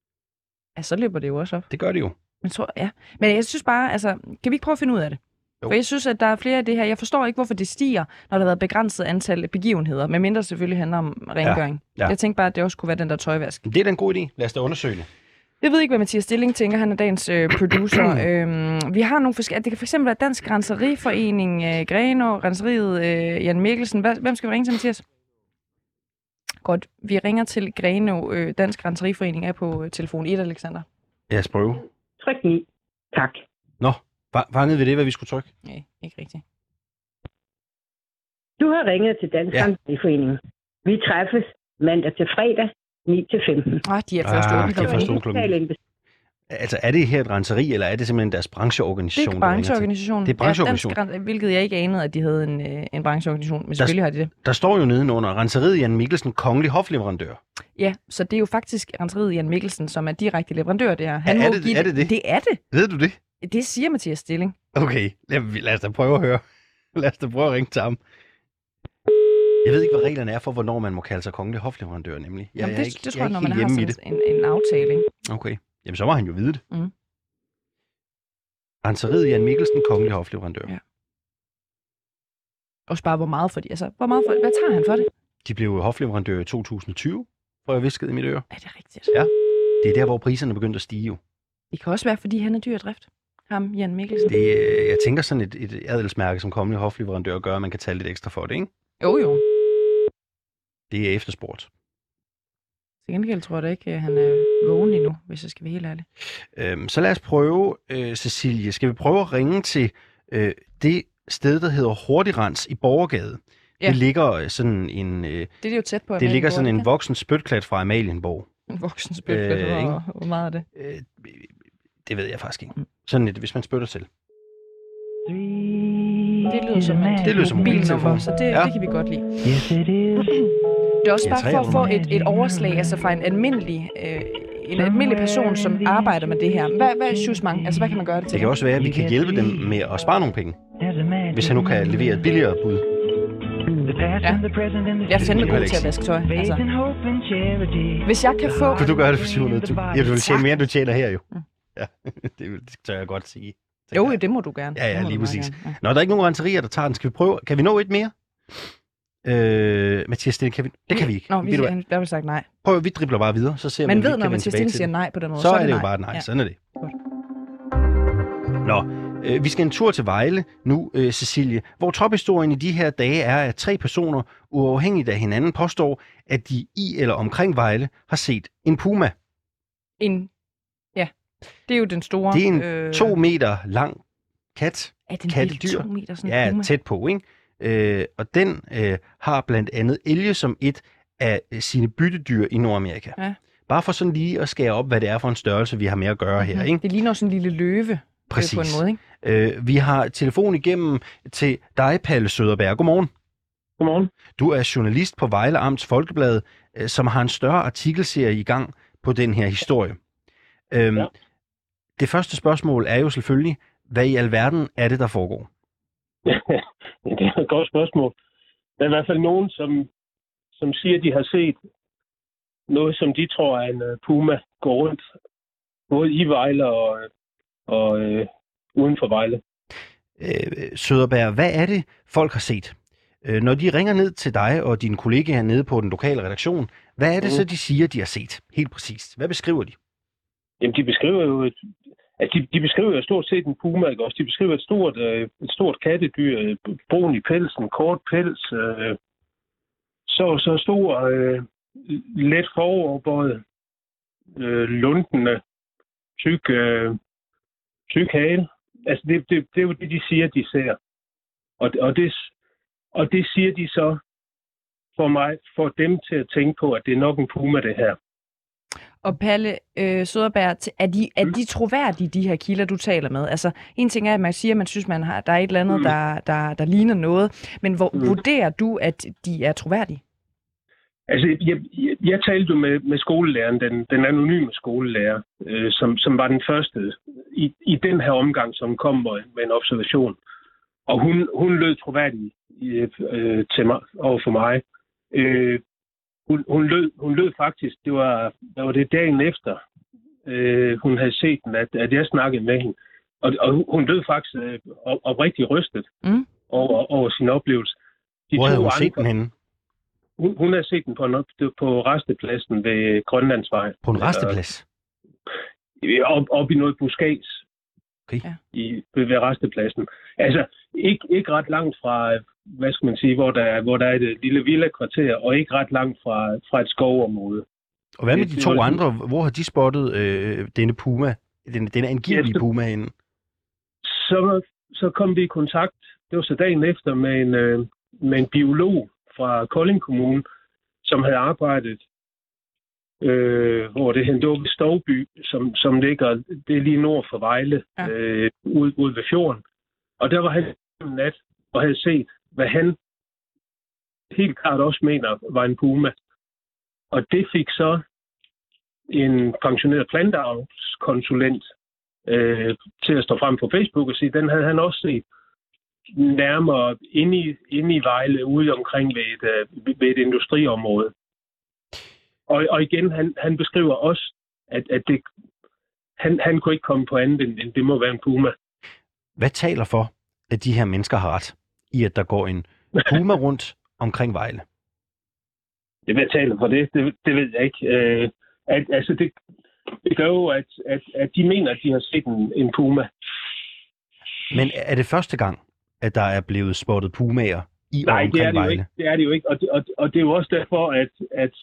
Ja, så løber det jo også op. Det gør det jo. Men, tror, ja. Men jeg synes bare, altså... Kan vi ikke prøve at finde ud af det? Jo. For jeg synes, at der er flere af det her. Jeg forstår ikke, hvorfor det stiger, når der har været begrænset antal begivenheder. Men mindre selvfølgelig handler om rengøring. Ja. Ja. Jeg tænker bare, at det også kunne være den der tøjvask. Det er da en god idé. Lad os da undersøge det. Jeg ved ikke, hvad Mathias Stilling tænker. Han er dagens øh, producer. øhm, vi har nogle forskellige... Det kan fx være Dansk Renseriforening, øh, Grenaa, Renseriet, øh, Jan Mikkelsen. Hvem skal vi ringe til, Mathias? Godt. Vi ringer til Grenaa. Øh, Dansk Renseriforening er på øh, telefon et, Alexander. Jeg skal prøve. Tryk ni. Tak. Nå, var, var nede ved det, hvad vi skulle trykke? Nej, ikke rigtigt. Du har ringet til Dansk ja. Renseriforening. Vi træffes mandag til fredag. ni til femten. Ah, de er først ah, åbne. De er først åbne. Altså, er det her et renseri, eller er det simpelthen deres brancheorganisation? Det er brancheorganisationen. Det er brancheorganisationen. Ja, hvilket jeg ikke anede, at de havde en, en brancheorganisation, men selvfølgelig der, har de det. Der står jo nedenunder Renseriet Jan Mikkelsen, kongelig hofleverandør. Ja, så det er jo faktisk Renseriet Jan Mikkelsen, som er direkte leverandør der. Han er, må det, give er det det? Det er det. Ved du det? Det siger Mathias Stilling. Okay, lad, lad os da prøve at høre. Lad os da prøve at ringe til ham. Jeg ved ikke, hvad reglerne er for, hvornår man må kalde sig kongelig hofleverandør, nemlig. Jeg, Jamen, jeg det, er ikke, det tror jeg jeg, er når ikke man helt har hjemme i sådan det. en, en aftale, ikke? Okay, jamen så må han jo vide det. Mm. Renseriet Jan Mikkelsen, kongelig hofleverandør. Ja. Og spare hvor meget for det. Altså, hvor meget for, hvad tager han for det? De blev hofleverandør i to tusind og tyve, får jeg visket i mit øre. Er det rigtigt? Ja. Det er der, hvor priserne begyndte at stige jo. Det kan også være, fordi han er dyr at drift. Ham, Jan Mikkelsen. Det, øh, jeg tænker sådan et, et adelsmærke som kongelig hofleverandør gør, at man kan tage lidt ekstra for det, ikke? Jo, jo. Det er eftersport. Til gengæld tror jeg da ikke, at han er vågen endnu, hvis jeg skal være helt ærlig. Øhm, så lad os prøve, øh, Cecilie. Skal vi prøve at ringe til øh, det sted, der hedder Hurtigrens i Borgergade? Ja. Det ligger øh, sådan en... Øh, Det er det jo tæt på. det ligger sådan en voksen spytklat fra Amalienborg. En voksen spytklat, Øh, hvor, hvor meget er det? Øh, det ved jeg faktisk ikke. Sådan et, hvis man spytter til. Det lyder som et Det lyder som mobilnummer, så det, Ja. det kan vi godt lide. Det er også Ja, bare for at få et, et overslag altså fra en almindelig, øh, en almindelig person, som arbejder med det her. Hvad, hvad er Schussmann? Altså, hvad kan man gøre det til? Det kan også være, at vi kan hjælpe dem med at spare nogle penge. Hvis han nu kan levere et billigere bud. Ja. Jeg er fandme god til at vaske tøj. Altså. Hvis jeg kan få... Kunne du gøre det for syv hundrede tusind? Ja, du vil tjene mere, end du tjener her jo. Ja, det, det tør jeg godt sige. Jo, jo, det må du gerne. Ja, ja, Det må lige du præcis. meget gerne, Nå, der er ikke nogen renserier, der tager den. Skal vi prøve? Kan vi nå et mere? Øh, Mathias Stilling, kan vi? Det kan vi ikke. Nå, vi Ved du hvad? har vel sagt nej. Prøv, vi dribler bare videre, så ser vi, Man om vi ved, ikke når kan vende Mathias tilbage Stilling til siger det. nej på den måde, Så, så er det jo bare nej. Ja. Sådan er det. Godt. Nå, øh, vi skal en tur til Vejle nu, øh, Cecilie, hvor tophistorien i de her dage er, at tre personer, uafhængigt af hinanden, påstår, at de i eller omkring Vejle har set en puma. En... Ja, det er jo den store... Det er en øh... to meter lang kat. Er den kattedyr. helt to meter, sådan Ja, en puma? tæt på, ikke? Øh, og den øh, har blandt andet elge som et af øh, sine byttedyr i Nordamerika. Ja. Bare for sådan lige at skære op, hvad det er for en størrelse, vi har med at gøre her, ikke? Det ligner sådan en lille løve. Præcis. På en måde, ikke? Øh, vi har telefon igennem til dig, Palle Søderberg. Godmorgen. Godmorgen. Du er journalist på Vejle Amts Folkeblad, øh, som har en større artikelserie i gang på den her historie. Øhm, Ja. Det første spørgsmål er jo selvfølgelig, hvad i alverden er det, der foregår? Det er et godt spørgsmål. Der er i hvert fald nogen, som, som siger, at de har set noget, som de tror er en uh, puma gå rundt, både i Vejle og, og øh, uden for Vejle. Øh, Søderberg, hvad er det, folk har set? Øh, når de ringer ned til dig og dine kollegaer nede på den lokale redaktion, hvad er det Mm. så, de siger, de har set? Helt præcist. Hvad beskriver de? Jamen, de beskriver jo et, altså, de, de beskriver jo stort set en puma, ikke også? De beskriver et stort, øh, et stort kattedyr, øh, brun i pelsen, kort pels, øh, så, så stor, øh, let foroverbøjet, øh, lundende, tyk, øh, tyk hale. Altså, det, det, det er jo det, de siger, de ser. Og, og, det, og det siger de så for mig, for dem til at tænke på, at det er nok en puma, det her. Og Palle øh, Søderberg, t- er de, er de troværdige, de her kilder, du taler med? Altså, en ting er, at man siger, at man synes, man har, der er et eller andet, Mm. der, der, der ligner noget. Men hvor Mm. vurderer du, at de er troværdige? Altså, jeg, jeg, jeg talte jo med, med skolelæreren, den, den anonyme skolelærer, øh, som, som var den første i, i den her omgang, som kom med, med en observation. Og hun, hun lød troværdig øh, til mig, over for mig. Øh, hun, hun, lød, hun lød faktisk, det var, det var det dagen efter, øh, hun havde set den, at, at jeg snakkede med hende. Og, og hun lød faktisk øh, op, oprigtigt rystet Mm. over, over sin oplevelse. De Hvor havde to hun set andre- den henne? Hun, hun har set den på, en- på restepladsen ved Grønlandsvej. På en resteplads? Øh, Op, op i noget buskads. Okay. Ja. I, ved ved restepladsen. Altså, ikke, ikke ret langt fra, hvad skal man sige, hvor der, er- hvor der er et lille villa-kvarter, og ikke ret langt fra, fra et skovområde. Og hvad med Det- de det to var- andre? Hvor har de spottet øh, denne puma? Den, denne angivelige Ja, så- puma henne? Så, så kom vi i kontakt, det var så dagen efter, med en, øh, med en biolog fra Kolding Kommune, som havde arbejdet, øh, hvor det hen, det var ved Stovby, som, som ligger, det er lige nord for Vejle, Ja. øh, ude, ude ved fjorden. Og der var han en nat, og havde set, hvad han helt klart også mener var en puma. Og det fik så en pensioneret planteavlskonsulent øh, til at stå frem på Facebook og sige, den havde han også set nærmere inde i, inde i Vejle, ude omkring ved et, øh, ved et industriområde. Og, og igen, han, han beskriver også, at, at det, han, han kunne ikke komme på andet, end det må være en puma. Hvad taler for, at de her mennesker har ret i, at der går en puma rundt omkring Vejle? Det hvad taler for det, det, det ved jeg ikke. Øh, at, altså det, det gør jo, at, at, at de mener, at de har set en, en puma. Men er det første gang, at der er blevet spottet pumaer i Nej, og omkring det er det Vejle? Jo ikke. Det er det jo ikke, og det, og, og det er jo også derfor, at, at,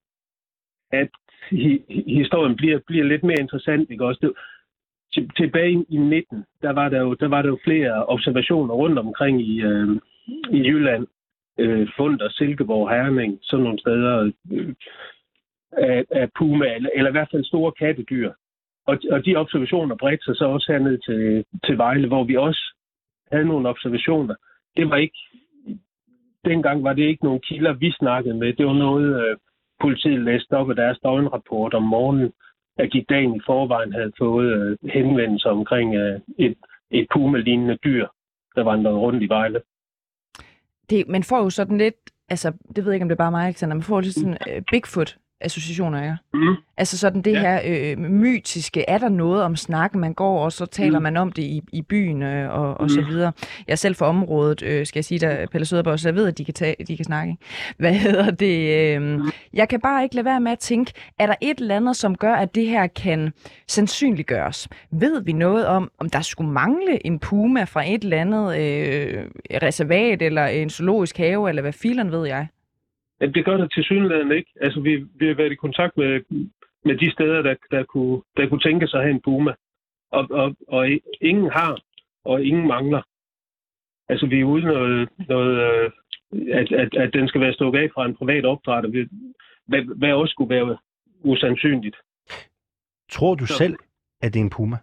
at hi, historien bliver, bliver lidt mere interessant. Ikke? Også det, tilbage i nitten, der var der jo, der var der jo flere observationer rundt omkring i, øh, i Jylland. Øh, Funder, Silkeborg, Herning, sådan nogle steder øh, af, af puma, eller, eller i hvert fald store kattedyr. Og, og de observationer bredte sig så også herned til, til Vejle, hvor vi også havde nogle observationer. Det var ikke, dengang var det ikke nogle kilder, vi snakkede med. Det var noget, øh, politiet læste op af deres døgnrapport om morgenen, at de dagen i forvejen havde fået øh, henvendelser omkring øh, et, et puma-lignende dyr, der vandrede rundt i Vejle. Det, man får jo sådan lidt, altså det ved jeg ikke, om det er bare mig, Alexander, man får lidt sådan uh, Bigfoot-associationer, ja. Mm. Altså sådan det ja. her øh, mytiske, er der noget om snakken, man går, og så taler mm. man om det i, i byen øh, og, og mm. så videre. Jeg er selv for området, øh, skal jeg sige der, Pelle Søderborg, så jeg ved, at de kan, tage, de kan snakke. Hvad hedder det? Øh, mm. Jeg kan bare ikke lade være med at tænke, er der et eller andet, som gør, at det her kan sandsynliggøres? Ved vi noget om, om der skulle mangle en puma fra et eller andet øh, reservat, eller en zoologisk have, eller hvad filen ved jeg? Det gør det tilsyneladende ikke. Altså, vi, vi har været i kontakt med, med de steder, der, der, kunne, der kunne tænke sig at have en puma. Og, og, og ingen har, og ingen mangler. Altså, vi er ude noget, noget at, at, at den skal være stukket af fra en privat opdrætter, hvad, hvad også skulle være usandsynligt. Tror du Så. selv, at det er en puma?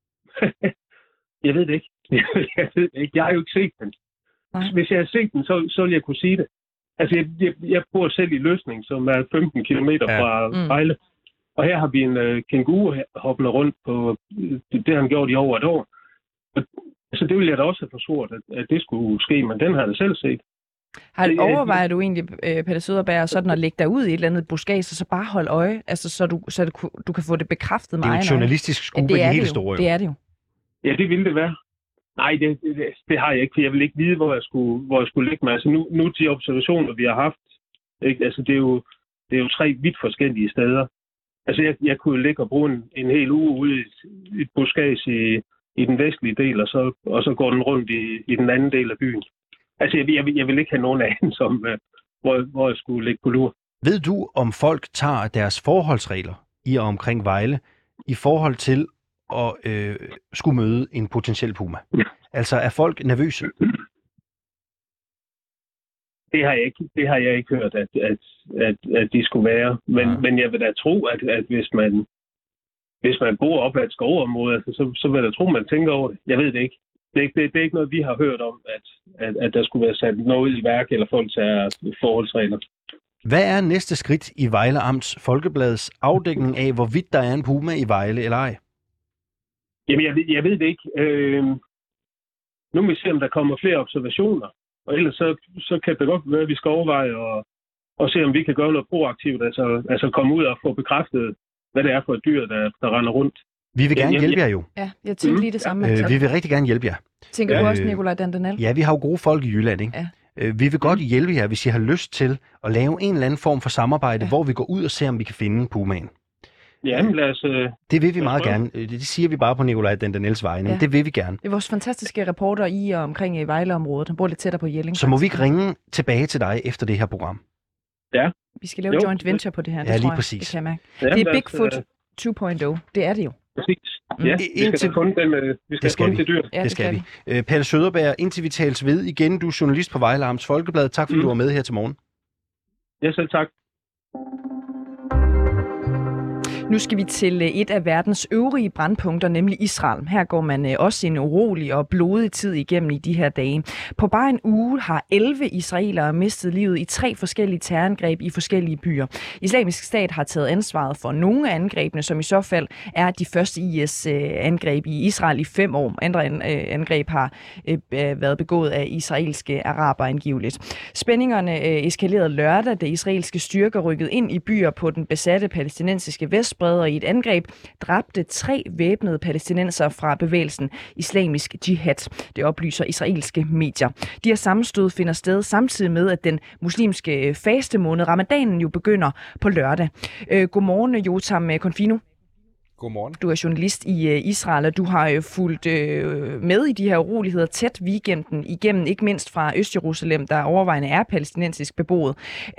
Jeg ved det ikke. Jeg ved det ikke. Jeg har jo ikke set den. Nej. Hvis jeg havde set den, så, så ville jeg kunne sige det. Altså, jeg, jeg, jeg bor selv i Løsning, som er femten kilometer ja. fra Vejle. Mm. Og her har vi en uh, kænguru hoppende rundt på, det, det har han gjort i over et år. Og, altså, det ville jeg da også have forsvart, at, at det skulle ske, men den har jeg selv set. Har du overvejet du egentlig, øh, Pelle Søderberg, sådan at lægge dig ud i et eller andet buskage, så bare holde øje, altså, så, du, så du, du kan få det bekræftet med egen øje? Det er jo journalistisk skub ja, i hele store. Det er det jo. Ja, det ville det være. Nej, det, det, det har jeg ikke, for jeg vil ikke vide, hvor jeg skulle, hvor jeg skulle lægge mig. Altså nu, nu de observationer, vi har haft, ikke? Altså, det, er jo, det er jo tre vidt forskellige steder. Altså, jeg, jeg kunne ligge og bruge en, en hel uge ude i et buskage i, i den vestlige del, og så, og så går den rundt i, i den anden del af byen. Altså, jeg, jeg, jeg vil ikke have nogen af dem, som, hvor, hvor jeg skulle ligge på lur. Ved du, om folk tager deres forholdsregler i og omkring Vejle i forhold til og øh, skulle møde en potentiel puma? Ja. Altså, er folk nervøse? Det har jeg ikke, det har jeg ikke hørt, at, at, at, at de skulle være. Men, ja. men jeg vil da tro, at, at hvis man hvis man bor op ad et skovområde, altså, så, så vil jeg da tro, at man tænker over det. Jeg ved det ikke. Det er ikke, det, det er ikke noget, vi har hørt om, at, at, at der skulle være sat noget i værk, eller folk tager forholdsregler. Hvad er næste skridt i Vejle Amts Folkebladets afdækning af, hvorvidt der er en puma i Vejle eller ej? Jamen, jeg, jeg ved det ikke. Øh, nu må vi se, om der kommer flere observationer. Og ellers så, så kan det godt være, at vi skal overveje og, og se, om vi kan gøre noget proaktivt. Altså, altså komme ud og få bekræftet, hvad det er for et dyr, der, der render rundt. Vi vil gerne hjælpe jer jo. Ja, jeg tænkte lige det samme. Øh, vi vil rigtig gerne hjælpe jer. Tænker du også, Nikolaj Dandanel? Ja, vi har jo gode folk i Jylland, ikke? Ja. Vi vil godt hjælpe jer, hvis I har lyst til at lave en eller anden form for samarbejde, ja. hvor vi går ud og ser, om vi kan finde pumaen. Ja, men lad os... Øh, det vil vi meget gerne. Det siger vi bare på Nikolaj Dandanels vegne. Ja. Det vil vi gerne. Det er vores fantastiske reporter i og omkring i Vejleområdet. Han bor lidt tættere på Jelling. Så må vi ikke ringe tilbage til dig efter det her program? Ja. Vi skal lave jo. joint venture på det her. Det ja, lige jeg, præcis. Det kan jeg mærke. Det er Bigfoot to punkt nul. Det er det jo. Præcis. Ja, vi skal kun den, vi skal det skal kun til dyr. Ja, det, det skal vi. vi. Uh, Pelle Søderberg, indtil vi tales ved igen. Du er journalist på Vejle Amts Folkeblad. Tak fordi mm. du var med her til morgen. Ja, selv tak. Nu skal vi til et af verdens øvrige brandpunkter, nemlig Israel. Her går man også en urolig og blodig tid igennem i de her dage. På bare en uge har elleve israelere mistet livet i tre forskellige terrorangreb i forskellige byer. Islamisk Stat har taget ansvaret for nogle af angrebene, som i så fald er de første I S-angreb i Israel i fem år. Andre angreb har været begået af israelske araber angiveligt. Spændingerne eskalerede lørdag, da israelske styrker rykkede ind i byer på den besatte palæstinensiske Vestbred, og i et angreb dræbte tre væbnede palæstinenser fra bevægelsen Islamisk Jihad. Det oplyser israelske medier. De her sammenstød finder sted samtidig med, at den muslimske fastemåned Ramadanen jo begynder på lørdag. Godmorgen, Jotam Confino. Godmorgen. Du er journalist i Israel, og du har fulgt med i de her uroligheder tæt weekenden igennem, ikke mindst fra Østjerusalem, der overvejende er palæstinensisk beboet.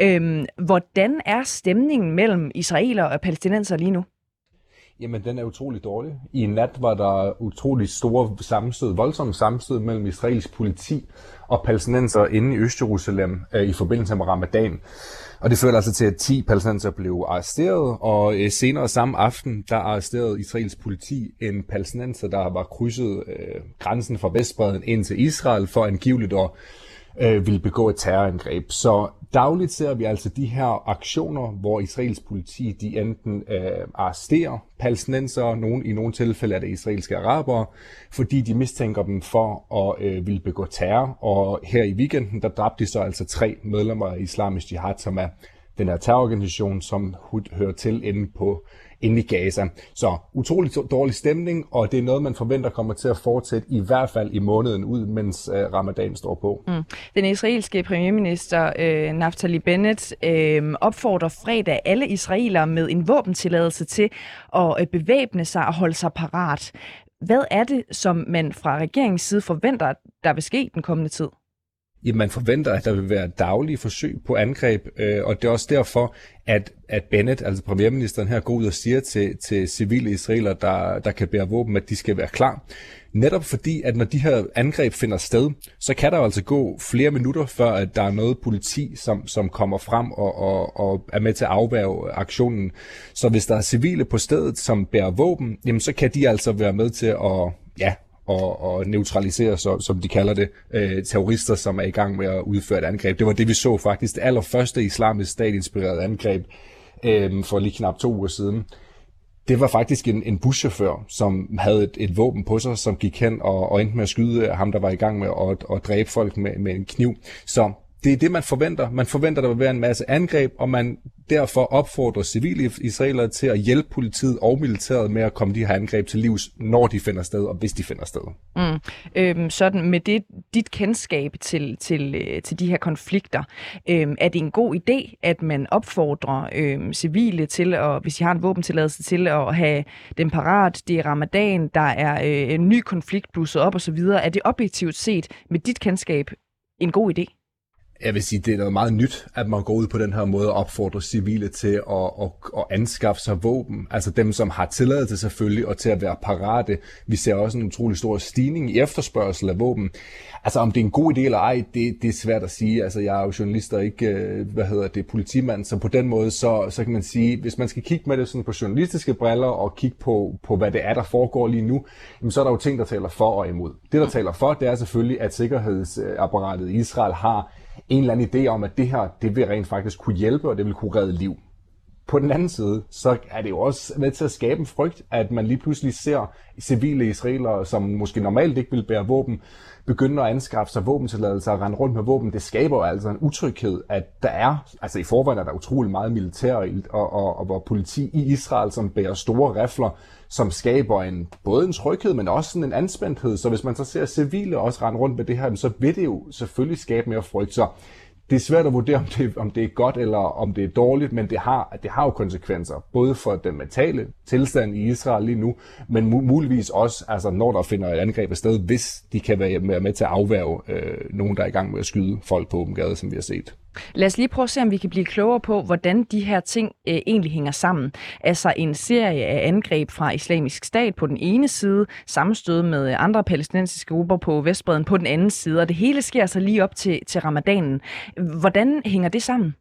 Hvordan er stemningen mellem israeler og palæstinenser lige nu? Jamen, den er utrolig dårlig. I nat var der utrolig store sammenstød, voldsomme sammenstød mellem israelsk politi og palæstinenser inde i Østjerusalem øh, i forbindelse med Ramadan. Og det førte altså til, at ti palæstinenser blev arresteret, og øh, senere samme aften, der arresterede israelsk politi en palæstinenser, der var krydset øh, grænsen fra Vestbredden ind til Israel for angiveligt at øh, ville begå et terrorangreb. Så dagligt ser vi altså de her aktioner, hvor israelsk politi de enten øh, arresterer palæstinenser, nogen, i nogle tilfælde er det israelske arabere, fordi de mistænker dem for at øh, ville begå terror. Og her i weekenden, der dræbte de så altså tre medlemmer af Islamisk Jihad, som er den her terrororganisation, som hører til inde på inde i Gaza. Så utroligt dårlig stemning, og det er noget, man forventer kommer til at fortsætte i hvert fald i måneden ud, mens øh, Ramadan står på. Mm. Den israelske premierminister øh, Naftali Bennett øh, opfordrer fredag alle israelere med en våbentilladelse til at øh, bevæbne sig og holde sig parat. Hvad er det, som man fra regeringens side forventer, der vil ske den kommende tid? Ja, man forventer, at der vil være daglige forsøg på angreb, øh, og det er også derfor, at, at Bennett, altså premierministeren her, går ud og siger til, til civile israelere, der, der kan bære våben, at de skal være klar. Netop fordi, at når de her angreb finder sted, så kan der jo altså gå flere minutter, før at der er noget politi, som, som kommer frem og, og, og er med til at afværge aktionen. Så hvis der er civile på stedet, som bærer våben, jamen så kan de altså være med til at, ja, Og, og neutralisere, så, som de kalder det, øh, terrorister, som er i gang med at udføre et angreb. Det var det, vi så faktisk. Det allerførste Islamisk Stat-inspirerede angreb øh, for lige knap to uger siden. Det var faktisk en, en buschauffør, som havde et, et våben på sig, som gik hen og, og endte med at skyde ham, der var i gang med at, at dræbe folk med, med en kniv. Så det er det, man forventer. Man forventer, der vil være en masse angreb, og man derfor opfordrer civile israelere til at hjælpe politiet og militæret med at komme de her angreb til livs, når de finder sted, og hvis de finder sted. Mm. Øhm, sådan med det, dit kendskab til, til, til de her konflikter, øhm, er det en god idé, at man opfordrer øhm, civile til, at, hvis de har en våbentilladelse til, at have dem parat? Det er Ramadan, der er øh, en ny konflikt blusset op osv. Er det objektivt set med dit kendskab en god idé? Jeg vil sige, det er noget meget nyt, at man går ud på den her måde og opfordrer civile til at, at, at anskaffe sig våben. Altså dem, som har tilladelse selvfølgelig, og til at være parate. Vi ser også en utrolig stor stigning i efterspørgsel af våben. Altså om det er en god idé eller ej, det, det er svært at sige. Altså jeg er jo journalist og ikke, hvad hedder det, politimand, så på den måde, så, så kan man sige, hvis man skal kigge med det sådan på journalistiske briller og kigge på, på hvad det er, der foregår lige nu, jamen, så er der jo ting, der taler for og imod. Det, der taler for, det er selvfølgelig, at sikkerhedsapparatet i Israel har en eller anden idé om, at det her, det vil rent faktisk kunne hjælpe, og det vil kunne redde liv. På den anden side, så er det jo også med til at skabe en frygt, at man lige pludselig ser civile israelere, som måske normalt ikke vil bære våben, begynde at anskaffe sig våbentilladelser og rende rundt med våben. Det skaber jo altså en utryghed, at der er, altså i forvejen er der utrolig meget militær og, og, og, og politi i Israel, som bærer store rifler, som skaber en, både en tryghed, men også sådan en anspændthed. Så hvis man så ser civile også rende rundt med det her, så vil det jo selvfølgelig skabe mere frygt. Så det er svært at vurdere, om det, om det er godt eller om det er dårligt, men det har, det har jo konsekvenser, både for den mentale tilstand i Israel lige nu, men muligvis også, altså, når der finder et angreb af sted, hvis de kan være med, med til at afværge øh, nogen, der er i gang med at skyde folk på åben gade, som vi har set. Lad os lige prøve at se, om vi kan blive klogere på, hvordan de her ting øh, egentlig hænger sammen. Altså en serie af angreb fra Islamisk Stat på den ene side, sammenstød med andre palæstinensiske grupper på Vestbredden på den anden side, og det hele sker så lige op til, til Ramadanen. Hvordan hænger det sammen?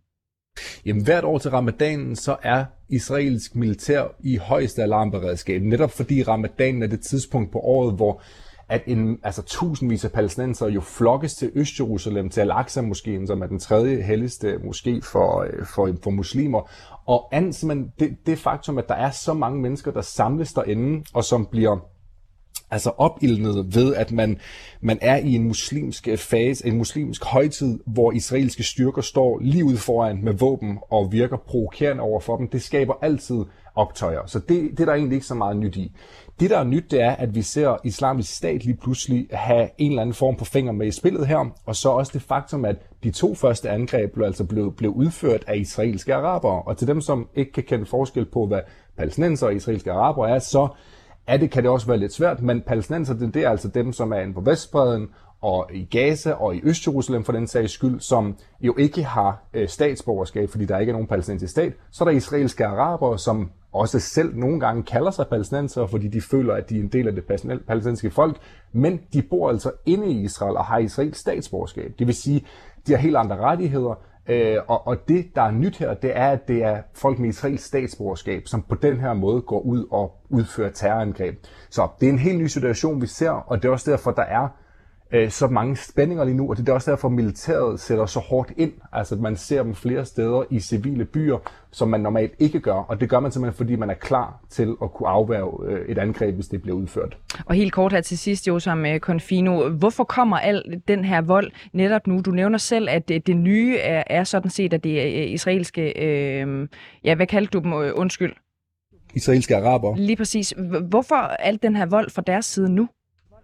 Jamen hvert år til ramadanen, så er israelsk militær i højeste alarmberedskab, netop fordi ramadanen er det tidspunkt på året, hvor at en, altså tusindvis af palæstinenser jo flokkes til Øst-Jerusalem, til Al-Aqsa-moskeen, som er den tredje helligste moské for, for, for muslimer. Og an, simpelthen det, det faktum, at der er så mange mennesker, der samles derinde, og som bliver altså opildnet ved, at man, man er i en muslimsk fase, en muslimsk højtid, hvor israelske styrker står lige ude foran med våben og virker provokerende over for dem. Det skaber altid optøjer. Så det, det er der egentlig ikke så meget nyt i. Det, der er nyt, det er, at vi ser Islamisk Stat lige pludselig have en eller anden form på finger med i spillet her, og så også det faktum, at de to første angreb blev, altså blev, blev udført af israelske arabere. Og til dem, som ikke kan kende forskel på, hvad palæstinenser og israelske arabere er, så er det, kan det også være lidt svært, men palæstinenser, det, det er altså dem, som er inde på Vestbredden og i Gaza og i Øst-Jerusalem for den sags skyld, som jo ikke har øh, statsborgerskab, fordi der ikke er nogen palæstinensisk stat. Så er der israelske arabere, som også selv nogle gange kalder sig palæstinenser, fordi de føler, at de er en del af det palæstinensiske folk, men de bor altså inde i Israel og har israelsk statsborgerskab. Det vil sige, de har helt andre rettigheder, øh, og, og det, der er nyt her, det er, at det er folk med israelsk statsborgerskab, som på den her måde går ud og udfører terrorangreb. Så det er en helt ny situation, vi ser, og det er også derfor, der er så mange spændinger lige nu, og det er også derfor, at militæret sætter så hårdt ind. Altså, man ser dem flere steder i civile byer, som man normalt ikke gør, og det gør man simpelthen, fordi man er klar til at kunne afværge et angreb, hvis det bliver udført. Og helt kort her til sidst, Jotam Confino, hvorfor kommer al den her vold netop nu? Du nævner selv, at det, det nye er, er sådan set, at det er israelske, øh, ja, hvad kaldte du dem? Undskyld. Israelske araber. Lige præcis. Hvorfor al den her vold fra deres side nu?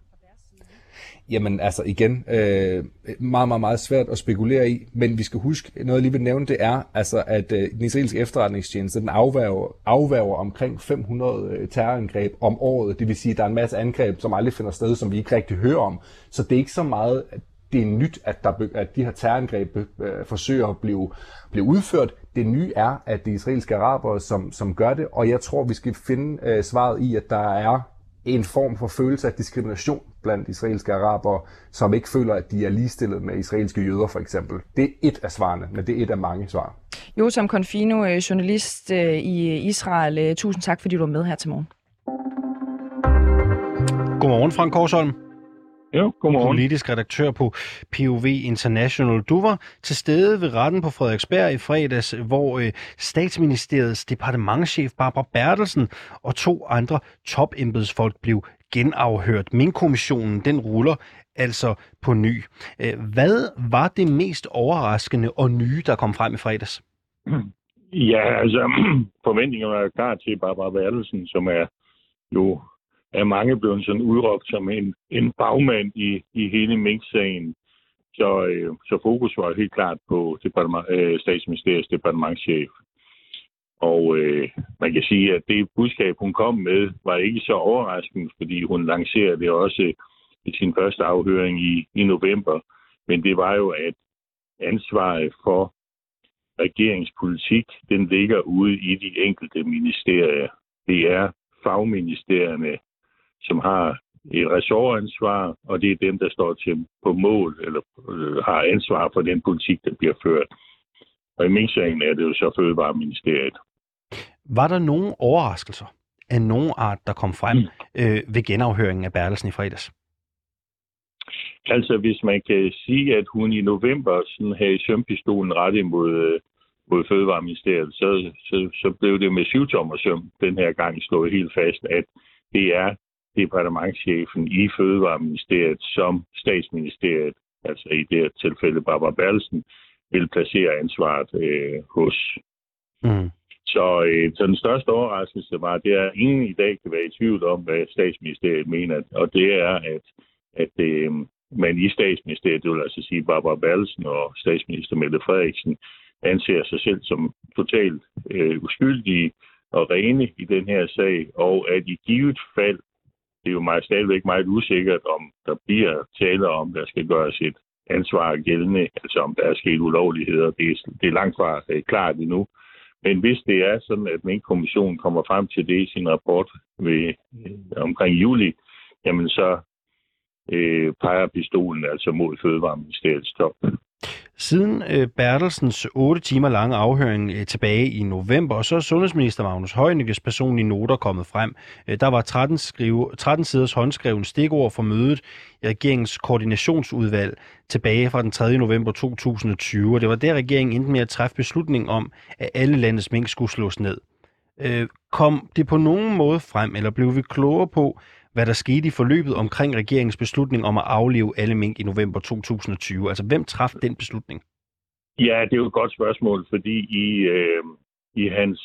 Jamen altså igen, øh, meget, meget, meget svært at spekulere i, men vi skal huske, noget jeg lige vil nævne, det er, altså, at øh, den israelske efterretningstjeneste, den afværger, afværger omkring fem hundrede terrorangreb om året. Det vil sige, at der er en masse angreb, som aldrig finder sted, som vi ikke rigtig hører om. Så det er ikke så meget, at det er nyt, at, der, at de her terrorangreb øh, forsøger at blive, blive udført. Det nye er, at det er israelske arabere, som, som gør det, og jeg tror, vi skal finde øh, svaret i, at der er en form for følelse af diskrimination blandt israelske arabere, som ikke føler, at de er ligestillet med israelske jøder, for eksempel. Det er et af svarene, men det er et af mange svar. Jotam Confino, journalist i Israel. Tusind tak, fordi du var med her til morgen. Godmorgen, Frank Korsholm. Jo, godmorgen. Politisk redaktør på P O V International. Du var til stede ved retten på Frederiksberg i fredags, hvor øh, statsministeriets departementschef Barbara Bertelsen og to andre topembedsfolk blev genafhørt. Mink-kommissionen, den ruller altså på ny. Hvad var det mest overraskende og nye, der kom frem i fredags? Ja, altså forventningerne er klar til Barbara Bertelsen, som er jo er mange blevet sådan udråbt som en, en bagmand i, i hele Mink-sagen. Så, øh, så fokus var helt klart på departement, øh, statsministeriets departementschef. Og øh, man kan sige, at det budskab, hun kom med, var ikke så overraskende, fordi hun lancerede det også i sin første afhøring i, i november. Men det var jo, at ansvaret for regeringspolitik, den ligger ude i de enkelte ministerier. Det er fagministerierne, som har et ressortansvar, og det er dem, der står til på mål, eller øh, har ansvar for den politik, der bliver ført. Og i Mink-sagen er det jo så Fødevareministeriet. Var der nogen overraskelser af nogen art, der kom frem øh, ved genafhøringen af Bertelsen i fredags? Altså, hvis man kan sige, at hun i november sådan havde sømpistolen rettet mod, mod Fødevareministeriet, så, så, så blev det med syvtommersøm den her gang slået helt fast, at det er departementschefen i Fødevareministeriet, som statsministeriet, altså i det her tilfælde Barbara Bertelsen, vil placere ansvaret øh, hos. Mm. Så, øh, så den største overraskelse var, det er, at ingen i dag kan være i tvivl om, hvad statsministeriet mener. Og det er, at, at øh, man i statsministeriet, det vil altså sige Barbara Bertelsen og statsminister Mette Frederiksen, anser sig selv som totalt øh, uskyldige og rene i den her sag. Og at i givet fald, det er jo meget, stadigvæk meget usikkert, om der bliver tale om, der skal gøres et ansvar gældende, altså om der er sket ulovligheder. Det er, det er langt fra det er klart endnu. Men hvis det er sådan, at Mink-kommissionen kommer frem til det i sin rapport ved, øh, omkring juli, jamen så øh, peger pistolen altså mod Fødevareministeriets top. Siden øh, Bertelsens otte timer lange afhøring øh, tilbage i november, så er sundhedsminister Magnus Heunickes personlige noter kommet frem. Øh, der var tretten, skrive, tretten siders håndskreven stikord for mødet i regeringens koordinationsudvalg tilbage fra den tredje november to tusind og tyve, og det var der regeringen endte med at træffe beslutning om, at alle landets mink skulle slås ned. Øh, kom det på nogen måde frem, eller blev vi klogere på, hvad der skete i forløbet omkring regeringens beslutning om at aflive alle mink i november to tusind og tyve? Altså, hvem traf den beslutning? Ja, det er jo et godt spørgsmål, fordi i, øh, i, hans,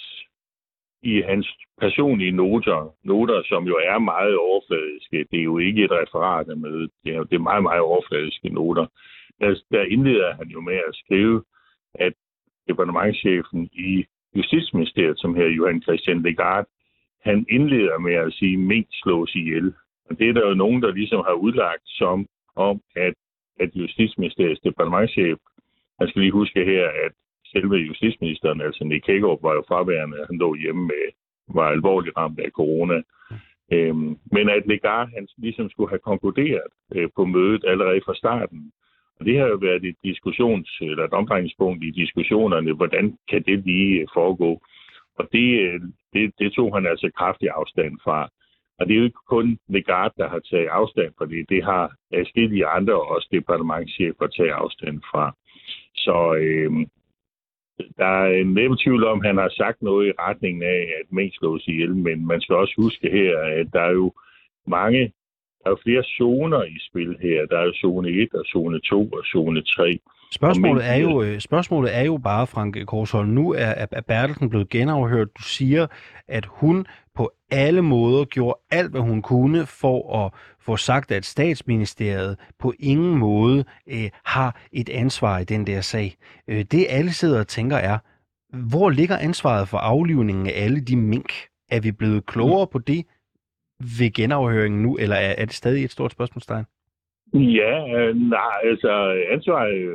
i hans personlige noter, noter, som jo er meget overfladiske, det er jo ikke et referat af mødet, det er jo det er meget, meget overfladiske noter, der, der indleder han jo med at skrive, at departementschefen i Justitsministeriet, som her Johan Christian Legarth, han indleder med at sige, at mink slås ihjel. Og det er der jo nogen, der ligesom har udlagt som om, at, at Justitsministeriets departementschef, man skal lige huske her, at selve justitsministeren, altså Nick Hækkerup, var jo fraværende, han lå hjemme med, var alvorligt ramt af corona. Øhm, men at Legarth, han ligesom skulle have konkluderet øh, på mødet allerede fra starten. Og det har jo været et diskussions- eller et omdrejningspunkt i diskussionerne, hvordan kan det lige foregå. Og det, det, det tog han altså kraftig afstand fra. Og det er jo ikke kun Legarth, der har taget afstand fra det. Det har adskillige andre også departementschefer taget afstand fra. Så øh, der er en næppe tvivl om, at han har sagt noget i retningen af, at mink slås ihjel. Men man skal også huske her, at der er jo mange, der er jo flere zoner i spil her. Der er jo zone et og zone to og zone tre. Spørgsmålet er, jo, spørgsmålet er jo bare, Frank Korsholm, nu er, er Bertelsen blevet genafhørt. Du siger, at hun på alle måder gjorde alt, hvad hun kunne for at få sagt, at statsministeriet på ingen måde øh, har et ansvar i den der sag. Øh, det alle sidder og tænker er, hvor ligger ansvaret for aflivningen af alle de mink? Er vi blevet klogere på det ved genafhøringen nu, eller er, er det stadig et stort spørgsmålstegn? Ja, øh, nej, altså ansvaret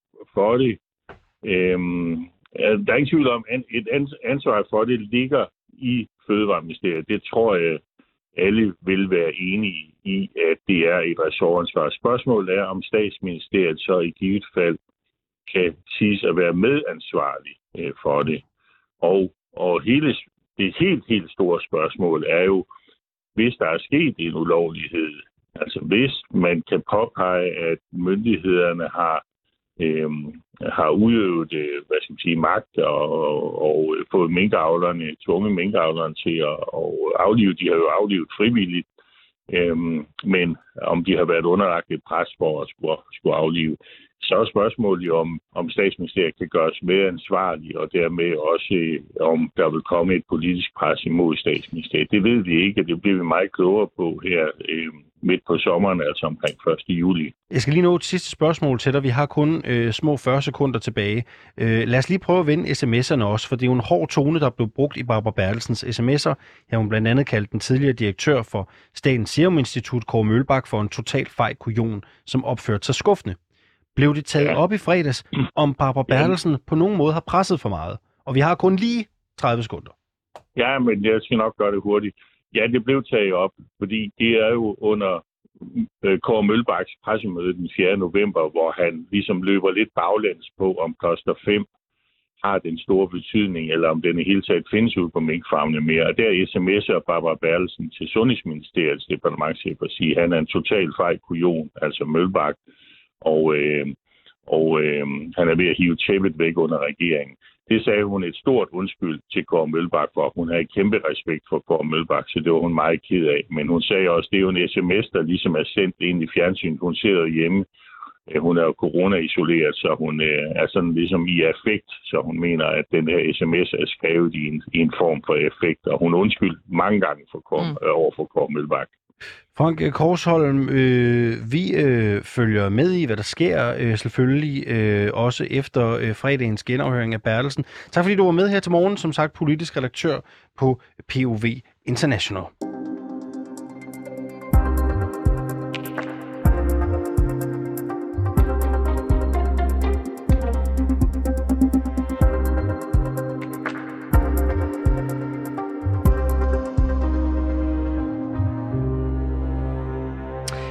for det, øh, der er ikke tvivl om, at et ansvar for det ligger i Fødevareministeriet. Det tror jeg, alle vil være enige i, at det er et ressortansvar. Spørgsmålet er, om statsministeriet så i givet fald kan siges at være medansvarlig øh, for det. Og, og hele, det helt, helt store spørgsmål er jo, hvis der er sket en ulovlighed, altså hvis man kan påpege, at myndighederne har, øh, har udøvet øh, hvad skal man sige, magt og, og, og fået minkavlerne, tvunget minkavlerne til at og aflive, de har jo aflivet frivilligt, øh, men om de har været underlagt et pres for at skulle, skulle aflive, så er spørgsmålet jo, om, om statsministeriet kan gøres mere ansvarlig, og dermed også, om der vil komme et politisk pres imod statsministeriet. Det ved vi ikke, og det bliver vi meget klogere på her øh, midt på sommeren, altså omkring første juli. Jeg skal lige nå et sidste spørgsmål til dig. Vi har kun øh, små fyrre sekunder tilbage. Øh, lad os lige prøve at vende sms'erne også, for det er jo en hård tone, der blev brugt i Barbara Bertelsens sms'er. Jeg har hun blandt andet kaldt den tidligere direktør for Statens Serum Institut, Kåre Mølbak, for en total fej kujon, som opførte sig skuffende. Blev det taget ja. op i fredags, om Barbara Bertelsen ja. på nogen måde har presset for meget? Og vi har kun lige tredive sekunder. Ja, men jeg skal nok gøre det hurtigt. Ja, det blev taget op, fordi det er jo under øh, Kåre Mølbaks pressemøde den fjerde november, hvor han ligesom løber lidt baglæns på, om cluster fem har den store betydning, eller om den i hele taget findes ud på minkfarmene mere. Og der sms'er Barbara Bertelsen til Sundhedsministeriets departementschef og siger, at han er en total fej kujon, altså Mølbak. Og, øh, og øh, han er ved at hive tæppet væk under regeringen. Det sagde hun et stort undskyld til Kåre Mølbak for. Hun havde kæmpe respekt for Kåre Mølbak, så det var hun meget ked af. Men hun sagde også, at det er jo en sms, der ligesom er sendt ind i fjernsynet. Hun sidder hjemme. Hun er jo corona-isoleret, så hun er sådan ligesom i affekt. Så hun mener, at den her sms er skrevet i en, i en form for affekt. Og hun undskyld mange gange for Kåre, mm. over for Kåre Mølbak. Frank Korsholm, øh, vi øh, følger med i, hvad der sker, øh, selvfølgelig øh, også efter øh, fredagens genafhøring af Bertelsen. Tak fordi du var med her til morgen, som sagt politisk redaktør på P O V International. Du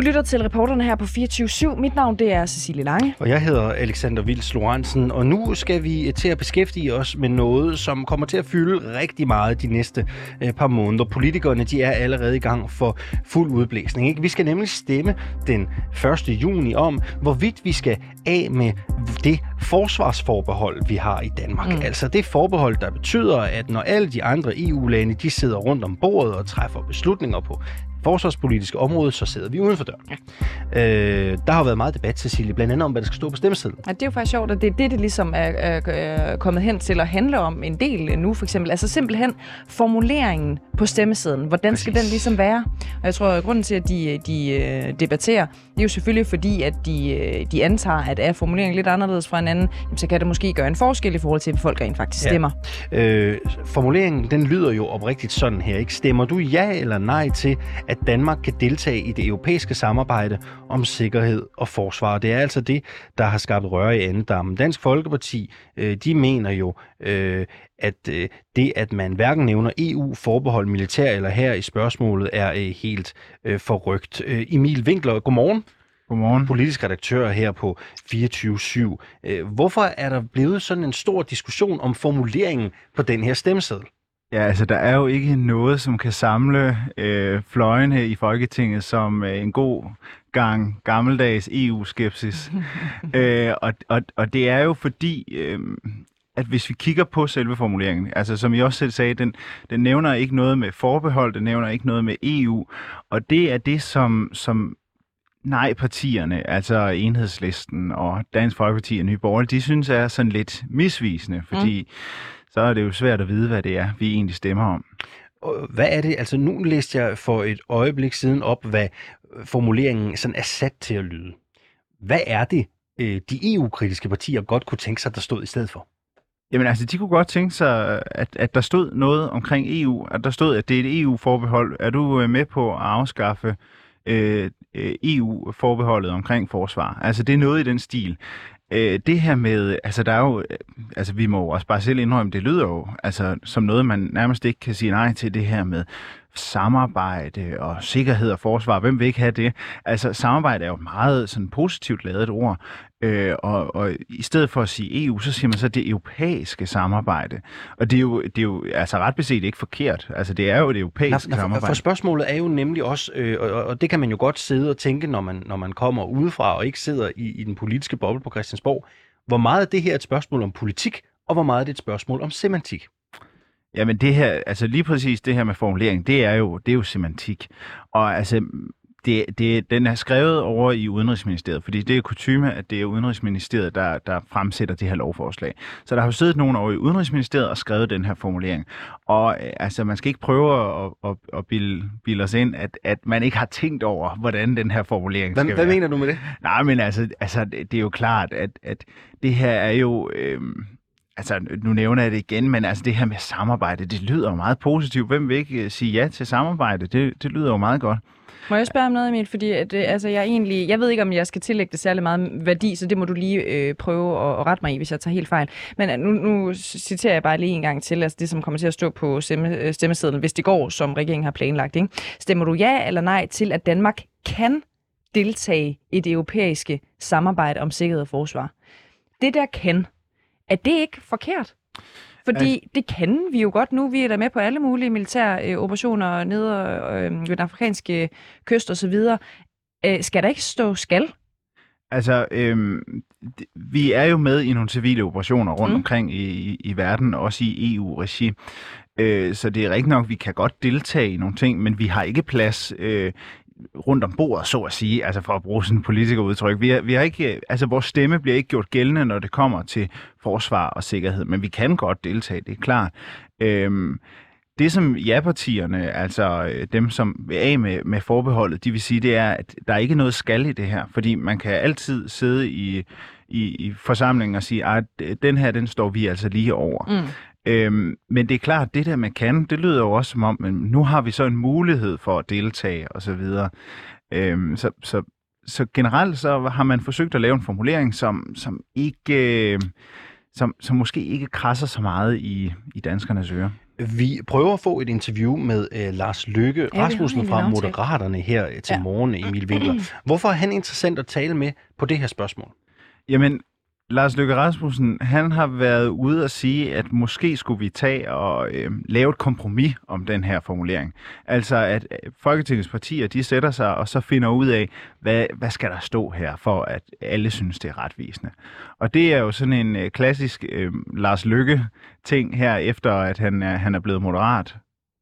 lytter til reporterne her på fireogtyve syv. Mit navn det er Cecilie Lange. Og jeg hedder Alexander Vils Lorentzen, og nu skal vi til at beskæftige os med noget, som kommer til at fylde rigtig meget de næste øh, par måneder. Politikerne de er allerede i gang for fuld udblæsning. Ikke? Vi skal nemlig stemme den første juni om, hvorvidt vi skal af med det forsvarsforbehold, vi har i Danmark. Mm. Altså det forbehold, der betyder, at når alle de andre E U-lande de sidder rundt om bordet og træffer beslutninger på forsvarspolitiske område, så sidder vi uden for døren. Ja. Øh, der har været meget debat, Cecilie, blandt andet om, hvad der skal stå på stemmesedlen. Ja, det er jo faktisk sjovt, at det er det, det ligesom er, er, er kommet hen til at handle om en del nu, for eksempel. Altså simpelthen formuleringen på stemmesedlen. Hvordan Præcis. Skal den ligesom være? Og jeg tror, at grunden til, at de, de debatterer, det er jo selvfølgelig fordi, at de, de antager, at er formuleringen lidt anderledes fra en anden, så kan det måske gøre en forskel i forhold til, at folk rent faktisk stemmer. Ja. Øh, formuleringen, den lyder jo oprigtigt sådan her, ikke? Stemmer du ja eller nej til, at Danmark kan deltage i det europæiske samarbejde om sikkerhed og forsvar? Det er altså det, der har skabt røre i andedammen. Dansk Folkeparti, øh, de mener jo, øh, at øh, det, at man hverken nævner E U-forbehold, militær eller her i spørgsmålet, er øh, helt øh, forrygt. Øh, Emil Winkler, godmorgen. Godmorgen. Politisk redaktør her på fireogtyve syv. Øh, hvorfor er der blevet sådan en stor diskussion om formuleringen på den her stemmeseddel? Ja, altså der er jo ikke noget, som kan samle øh, fløjene i Folketinget som øh, en god gang gammeldags E U-skepsis. øh, og, og, og det er jo fordi, øh, at hvis vi kigger på selve formuleringen, altså som I også selv sagde, den, den nævner ikke noget med forbehold, den nævner ikke noget med E U, og det er det, som, som nej-partierne, altså Enhedslisten og Dansk Folkeparti og Nye Borgerlige, de synes er sådan lidt misvisende, fordi mm. så er det jo svært at vide, hvad det er, vi egentlig stemmer om. Hvad er det? Altså nu læste jeg for et øjeblik siden op, hvad formuleringen sådan er sat til at lyde. Hvad er det, de E U-kritiske partier godt kunne tænke sig, der stod i stedet for? Jamen altså, de kunne godt tænke sig, at, at der stod noget omkring E U, at der stod, at det er et E U-forbehold. Er du med på at afskaffe øh, E U-forbeholdet omkring forsvar? Altså, det er noget i den stil. Det her med, altså der er jo, altså vi må også bare selv indrømme, det lyder jo altså som noget, man nærmest ikke kan sige nej til, det her med samarbejde og sikkerhed og forsvar. Hvem vil ikke have det? Altså samarbejde er jo et meget sådan positivt ladet ord, øh, og, og i stedet for at sige E U, så siger man så det europæiske samarbejde. Og det er jo, det er jo altså ret beset ikke forkert. Altså det er jo det europæiske Nå, samarbejde. For spørgsmålet er jo nemlig også, øh, og, og det kan man jo godt sidde og tænke, når man, når man kommer udefra og ikke sidder i, i den politiske boble på Christiansborg. Hvor meget er det her et spørgsmål om politik, og hvor meget er det et spørgsmål om semantik? Jamen det her, altså lige præcis det her med formulering, det er jo, det er jo semantik. Og altså, det, det, den er skrevet over i Udenrigsministeriet, fordi det er kutyme, at det er Udenrigsministeriet, der, der fremsætter det her lovforslag. Så der har jo siddet nogen over i Udenrigsministeriet og skrevet den her formulering. Og altså, man skal ikke prøve at, at, at bilde, bilde os ind, at, at man ikke har tænkt over, hvordan den her formulering skal hvad, være. Hvad mener du med det? Nej, men altså, altså det er jo klart, at, at det her er jo... Øhm, Altså, nu nævner jeg det igen, men altså det her med samarbejde, det lyder jo meget positivt. Hvem vil ikke sige ja til samarbejde? Det, det lyder jo meget godt. Må jeg spørge om noget, Emil? Fordi at, altså, jeg, egentlig, jeg ved ikke, om jeg skal tillægge det særlig meget værdi, så det må du lige øh, prøve at, at rette mig i, hvis jeg tager helt fejl. Men nu, nu citerer jeg bare lige en gang til, altså det, som kommer til at stå på stemme, stemmesedlen, hvis det går, som regeringen har planlagt. Ikke? Stemmer du ja eller nej til, at Danmark kan deltage i det europæiske samarbejde om sikkerhed og forsvar? Det der kan... Er det ikke forkert? Fordi altså, det kan vi jo godt nu. Vi er der med på alle mulige militære øh, operationer nede øh, ved den afrikanske kyst og så videre. Øh, skal der ikke stå skal? Altså, øh, vi er jo med i nogle civile operationer rundt mm. omkring i, i, i verden, også i E U-regi. Øh, så det er rigtigt nok, vi kan godt deltage i nogle ting, men vi har ikke plads... Øh, rundt om bordet, så at sige, altså for at bruge sådan et politikerudtryk. Vi har, vi har ikke, altså vores stemme bliver ikke gjort gældende, når det kommer til forsvar og sikkerhed, men vi kan godt deltage, det er klart. Øhm, det som ja-partierne, altså dem som vil af med, med forbeholdet, de vil sige, det er, at der er ikke noget skal i det her, fordi man kan altid sidde i, i, i forsamlingen og sige, at den her, den står vi altså lige over. Mm. Øhm, men det er klart, det der man kan, det lyder jo også som om, men nu har vi så en mulighed for at deltage og så videre. Øhm, så, så, så generelt så har man forsøgt at lave en formulering, som, som ikke, øh, som, som måske ikke krasser så meget i, i danskernes ører. Vi prøver at få et interview med uh, Lars Løkke ja, Rasmussen fra Moderaterne her til ja. morgen, Emil Winkler. Hvorfor er han interessant at tale med på det her spørgsmål? Jamen, Lars Løkke Rasmussen, han har været ude at sige, at måske skulle vi tage og øh, lave et kompromis om den her formulering. Altså, at øh, Folketingets partier, de sætter sig og så finder ud af, hvad, hvad skal der stå her, for at alle synes, det er retvisende. Og det er jo sådan en øh, klassisk øh, Lars Løkke-ting her, efter at han er, han er blevet moderat.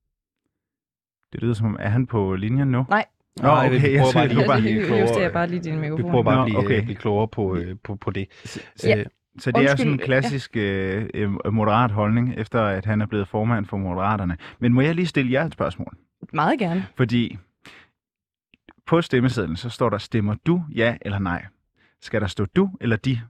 Det lyder som, er han på linjen nu? Nej. Nå, okay, vi prøver bare lige at blive klogere. bare lige din mikrofon. Vi prøver bare at blive, okay. blive klogere på, øh, på, på det. Ja. Så det Undskyld, er sådan en klassisk ja. øh, moderat holdning, efter at han er blevet formand for Moderaterne. Men må jeg lige stille jer et spørgsmål? Meget gerne. Fordi på stemmesedlen, så står der, stemmer du ja eller nej? Skal der stå du eller de?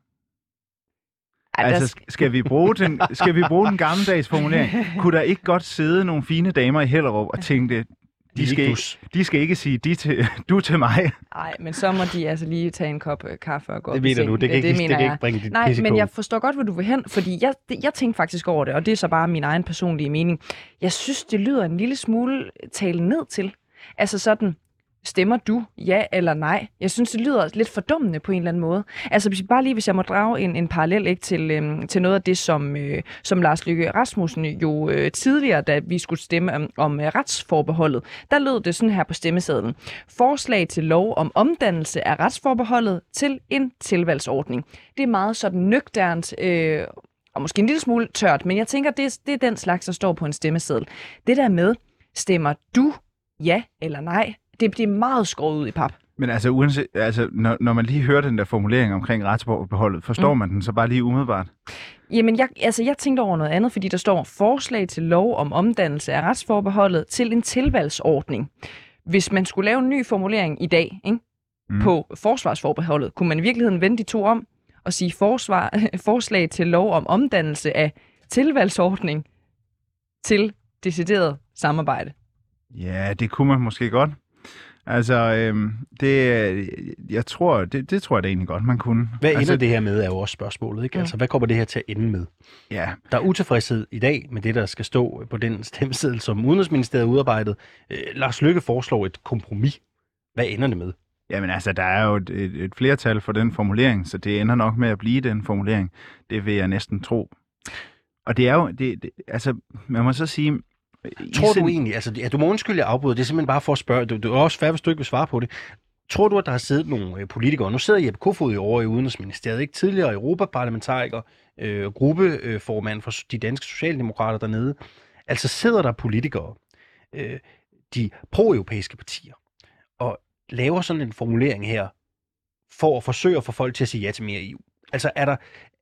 Ej, altså, skal vi bruge den, skal vi bruge den gammeldags formulering? Kunne der ikke godt sidde nogle fine damer i Hellerup og tænke, de skal, ikke, de skal ikke sige de til, du til mig? Nej, men så må de altså lige tage en kop kaffe og gå det ved du, det kan, det, ikke, det kan ikke bringe dit Nej, pisiko. Men jeg forstår godt, hvor du vil hen, fordi jeg, det, jeg tænkte faktisk over det, og det er så bare min egen personlige mening. Jeg synes, det lyder en lille smule tale ned til. Altså sådan, stemmer du ja eller nej? Jeg synes, det lyder lidt fordummende på en eller anden måde. Altså hvis bare lige, hvis jeg må drage en, en parallel ikke, til, øhm, til noget af det, som, øh, som Lars Løkke Rasmussen jo øh, tidligere, da vi skulle stemme om, om øh, retsforbeholdet, der lød det sådan her på stemmesedlen. Forslag til lov om omdannelse af retsforbeholdet til en tilvalgsordning. Det er meget sådan nøgternt øh, og måske en lille smule tørt, men jeg tænker, det er, det er den slags, der står på en stemmeseddel. Det der med, stemmer du ja eller nej? Det bliver meget skåret ud i pap. Men altså, uanset, altså når, når man lige hører den der formulering omkring retsforbeholdet, forstår mm. man den så bare lige umiddelbart? Jamen, jeg, altså, jeg tænkte over noget andet, fordi der står forslag til lov om omdannelse af retsforbeholdet til en tilvalgsordning. Hvis man skulle lave en ny formulering i dag ikke, mm. på forsvarsforbeholdet, kunne man i virkeligheden vende de to om og sige forsvar, forslag til lov om omdannelse af tilvalgsordning til decideret samarbejde. Ja, det kunne man måske godt. Altså, øhm, det, jeg tror, det, det tror jeg da egentlig godt, man kunne. Hvad ender altså, det her med, er jo også spørgsmålet, ikke? Ja. Altså, hvad kommer det her til at ende med? Ja. Der er utilfredshed i dag med det, der skal stå på den stemmeseddel, som Udenrigsministeriet har udarbejdet. Øh, Lars Løkke foreslår et kompromis. Hvad ender det med? Jamen altså, der er jo et, et, et flertal for den formulering, så det ender nok med at blive den formulering. Det vil jeg næsten tro. Og det er jo, det, det, altså, man må så sige... Tror du egentlig, altså ja, du må undskylde, jeg afbryder, det er simpelthen bare for at spørge, du, du er også fair, hvis du ikke vil svare på det. Tror du, at der har siddet nogle øh, politikere, nu sidder Jeppe Kofod i over i Udenrigsministeriet, ikke tidligere europaparlamentariker, øh, gruppeformand øh, for de danske socialdemokrater dernede, altså sidder der politikere, øh, de pro-europæiske partier, og laver sådan en formulering her, for at forsøge at få folk til at sige ja til mere E U. Altså er der,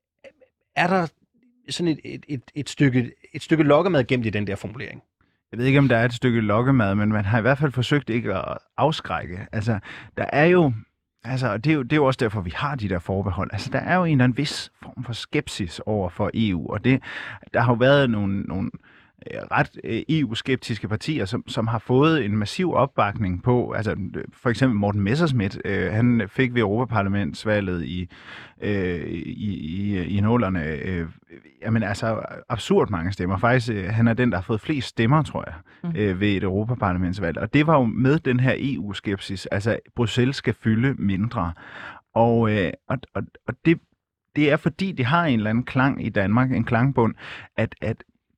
er der sådan et, et, et, et stykke, et stykke lokkemad gemt i den der formulering? Jeg ved ikke, om der er et stykke lokkemad, men man har i hvert fald forsøgt ikke at afskrække. Altså, der er jo, altså, det er jo, det er jo også derfor, vi har de der forbehold. Altså, der er jo en eller anden vis form for skepsis over for E U, og det, der har jo været nogle, nogle ret E U-skeptiske partier, som, som har fået en massiv opbakning på, altså for eksempel Morten Messerschmidt, øh, han fik ved Europaparlamentsvalget i, øh, i, i, i nålerne, øh, jamen altså absurd mange stemmer. Faktisk, øh, han er den, der har fået flest stemmer, tror jeg, øh, ved et Europaparlamentsvalg. Og det var jo med den her E U-skepsis, altså Bruxelles skal fylde mindre. Og, øh, og, og, og det, det er fordi, det har en eller anden klang i Danmark, en klangbund, at, at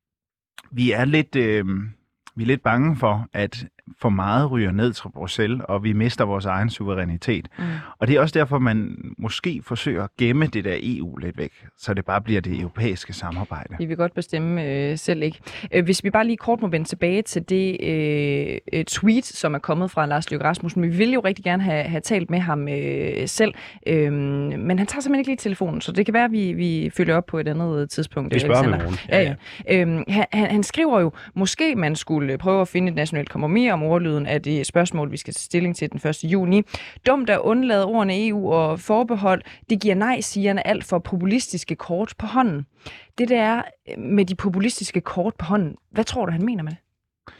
Vi er lidt, øh, vi er lidt bange for, at for meget ryger ned til Bruxelles, og vi mister vores egen suverænitet. Mm. Og det er også derfor, man måske forsøger at gemme det der E U lidt væk, så det bare bliver det europæiske samarbejde. Vi vil godt bestemme øh, selv ikke. Hvis vi bare lige kort må vende tilbage til det øh, tweet, som er kommet fra Lars Løkke Rasmussen. Vi vil jo rigtig gerne have, have talt med ham øh, selv, øh, men han tager simpelthen ikke lige telefonen, så det kan være, at vi, vi følger op på et andet tidspunkt. Det spørger vi morgen. Ja, ja. Ja. Øh, han, han skriver jo, måske man skulle prøve at finde et nationalt kompromis om ordlyden af det spørgsmål, vi skal tage stilling til den første juni. Dumt at undlade ordene E U og forbehold, det giver nej-sigerne alt for populistiske kort på hånden. Det der med de populistiske kort på hånden, hvad tror du, han mener med det?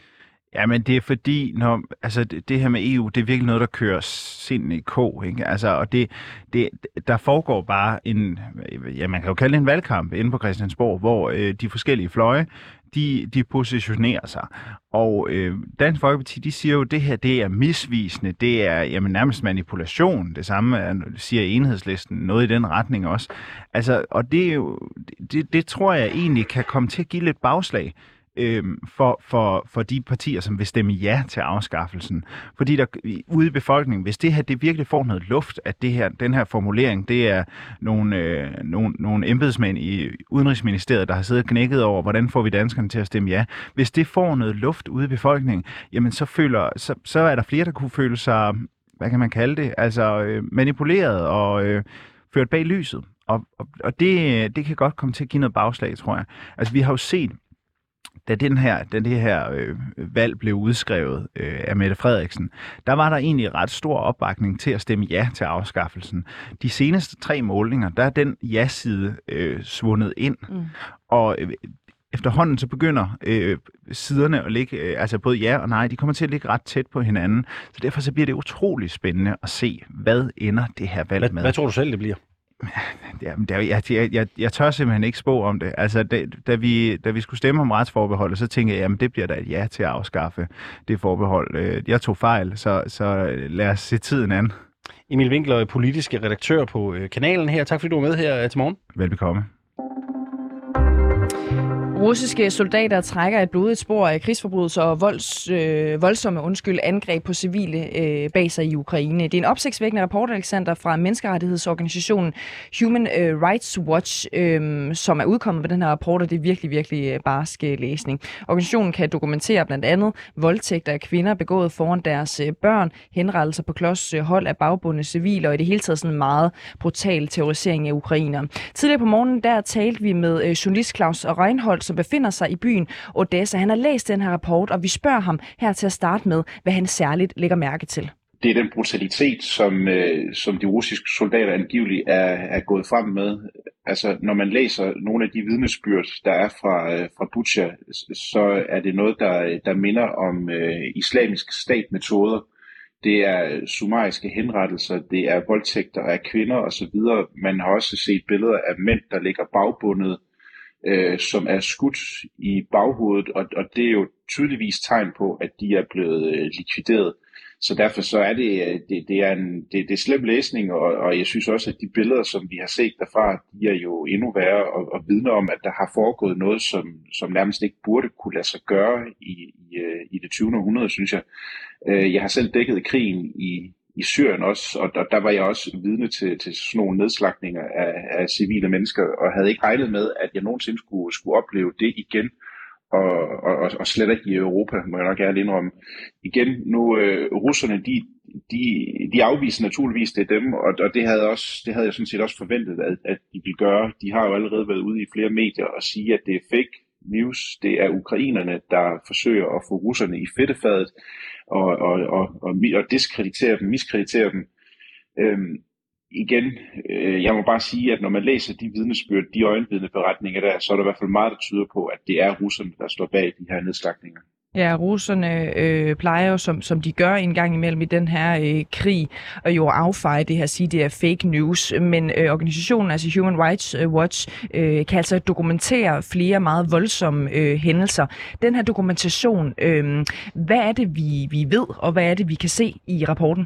Ja, men det er fordi, når, altså det, det her med E U, det er virkelig noget, der kører sind i ko, ikke? Altså, og det, det, der foregår bare en, ja, man kan jo kalde det en valgkamp inde på Christiansborg, hvor øh, de forskellige fløje, de, de positionerer sig. Og øh, Dansk Folkeparti, de siger jo, at det her, det er misvisende, det er jamen, nærmest manipulation. Det samme er, siger Enhedslisten, noget i den retning også. Altså, og det, er jo, det, det tror jeg egentlig kan komme til at give lidt bagslag. Øhm, for, for, for de partier, som vil stemme ja til afskaffelsen. Fordi der ude i befolkningen, hvis det her det virkelig får noget luft, at det her, den her formulering, det er nogle, øh, nogle, nogle embedsmænd i Udenrigsministeriet, der har siddet og knækket over, hvordan får vi danskerne til at stemme ja. Hvis det får noget luft ude i befolkningen, jamen så, føler, så, så er der flere, der kunne føle sig, hvad kan man kalde det, altså øh, manipuleret og øh, ført bag lyset. Og, og, og det, det kan godt komme til at give noget bagslag, tror jeg. Altså vi har jo set, da den her, da det her øh, valg blev udskrevet øh, af Mette Frederiksen, der var der egentlig ret stor opbakning til at stemme ja til afskaffelsen. De seneste tre målinger, der er den ja-side øh, svundet ind, mm. og øh, efterhånden så begynder øh, siderne at ligge, øh, altså både ja og nej, de kommer til at ligge ret tæt på hinanden, så derfor så bliver det utroligt spændende at se, hvad ender det her valg hvad, med. Hvad tror du selv, det bliver? Jamen, der, jeg, jeg, jeg, jeg tør simpelthen ikke spå om det. Altså, da, da, vi, da vi skulle stemme om retsforbeholdet, så tænkte jeg, jamen det bliver da et ja til at afskaffe det forbehold. Jeg tog fejl, så, så lad os se tiden an. Emil Winkler, politisk redaktør på kanalen her. Tak fordi du var med her til morgen. Velbekomme. Russiske soldater trækker et blodigt spor af krigsforbrydelser og volds, øh, voldsomme undskyld, angreb på civile øh, baser i Ukraine. Det er en opsigtsvækkende rapport, Alexander, fra menneskerettighedsorganisationen Human Rights Watch, øh, som er udkommet med den her rapport, og det er virkelig, virkelig barsk læsning. Organisationen kan dokumentere blandt andet voldtægter af kvinder begået foran deres børn, henrettelser på klods hold af bagbundne civile, og i det hele taget sådan en meget brutal terrorisering af ukrainere. Tidligere på morgenen, der talte vi med øh, journalist Claus Reinholdt, som befinder sig i byen Odessa. Han har læst den her rapport, og vi spørger ham her til at starte med, hvad han særligt lægger mærke til. Det er den brutalitet, som, øh, som de russiske soldater angiveligt er, er gået frem med. Altså, når man læser nogle af de vidnesbyrd, der er fra, øh, fra Bucha, så er det noget, der, der minder om øh, islamisk statmetoder. Det er summariske henrettelser, det er voldtægter af kvinder osv. Man har også set billeder af mænd, der ligger bagbundet, Øh, som er skudt i baghovedet, og, og det er jo tydeligvis tegn på, at de er blevet øh, likvideret. Så derfor så er det, det, det er en det, det er slem læsning, og, og jeg synes også, at de billeder, som vi har set derfra, de er jo endnu værre og, og vidner om, at der har foregået noget, som, som nærmest ikke burde kunne lade sig gøre i, i, i det tyvende århundrede, synes jeg. Øh, jeg har selv dækket krigen i i Syrien også, og der, der var jeg også vidne til, til sådan nogle nedslagtninger af, af civile mennesker, og havde ikke regnet med, at jeg nogensinde skulle, skulle opleve det igen, og, og, og slet ikke i Europa, må jeg nok gerne indrømme. Igen, nu øh, russerne, de, de, de afviser naturligvis, det er dem, og, og det, havde også, det havde jeg sådan set også forventet, at, at de ville gøre. De har jo allerede været ude i flere medier og sige, at det er fake news. Det er ukrainerne, der forsøger at få russerne i fedtefadet, og, og, og, og, og diskreditere dem, miskreditere dem. Øhm, igen, øh, jeg må bare sige, at når man læser de vidnesbyrd, de øjenvidneberetninger der, så er der i hvert fald meget, der tyder på, at det er russerne, der står bag de her nedslagninger. Ja, russerne øh, plejer jo, som, som de gør en gang imellem i den her øh, krig, og jo affeje det her, sige, det er fake news. Men øh, organisationen, altså Human Rights Watch, øh, kan altså dokumentere flere meget voldsomme øh, hændelser. Den her dokumentation, øh, hvad er det, vi, vi ved, og hvad er det, vi kan se i rapporten?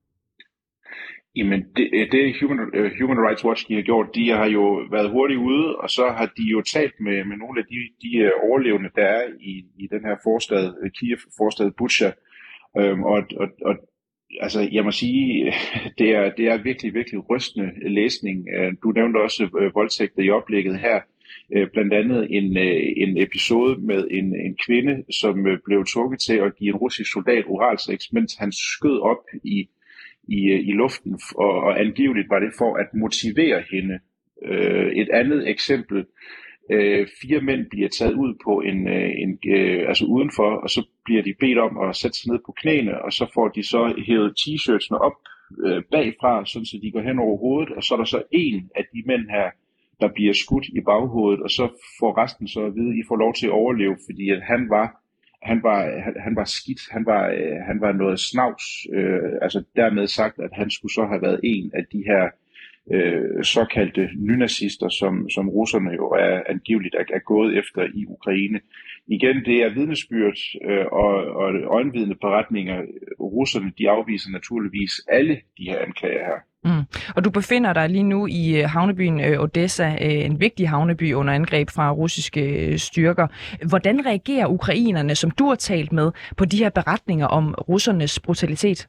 Jamen, det, det Human, uh, Human Rights Watch, de har gjort, de har jo været hurtigt ude, og så har de jo talt med, med nogle af de, de overlevende, der er i, i den her forstad, Kiev, forstad Bucha. Um, og, og, og altså, jeg må sige, det er, det er virkelig, virkelig rystende læsning. Uh, du nævnte også uh, voldtægter i oplægget her. Uh, blandt andet en, uh, en episode med en, en kvinde, som uh, blev tvunget til at give en russisk soldat oralsex, mens han skød op i I, i luften, og, og angiveligt var det for at motivere hende. Øh, et andet eksempel, øh, fire mænd bliver taget ud på en, en øh, altså udenfor, og så bliver de bedt om at sætte sig ned på knæene, og så får de så hævet t-shirtsene op øh, bagfra, sådan så de går hen over hovedet, og så er der så en af de mænd her, der bliver skudt i baghovedet, og så får resten så at vide, at I får lov til at overleve, fordi at han var han var, han, han var skidt, han var, han var noget snavs, øh, altså dermed sagt, at han skulle så have været en af de her øh, såkaldte nynazister, som, som russerne jo er angiveligt er, er gået efter i Ukraine. Igen, det er vidnesbyrd øh, og, og øjenvidende beretninger. Russerne, de afviser naturligvis alle de her anklager her. Mm. Og du befinder dig lige nu i havnebyen Odessa, en vigtig havneby under angreb fra russiske styrker. Hvordan reagerer ukrainerne, som du har talt med, på de her beretninger om russernes brutalitet?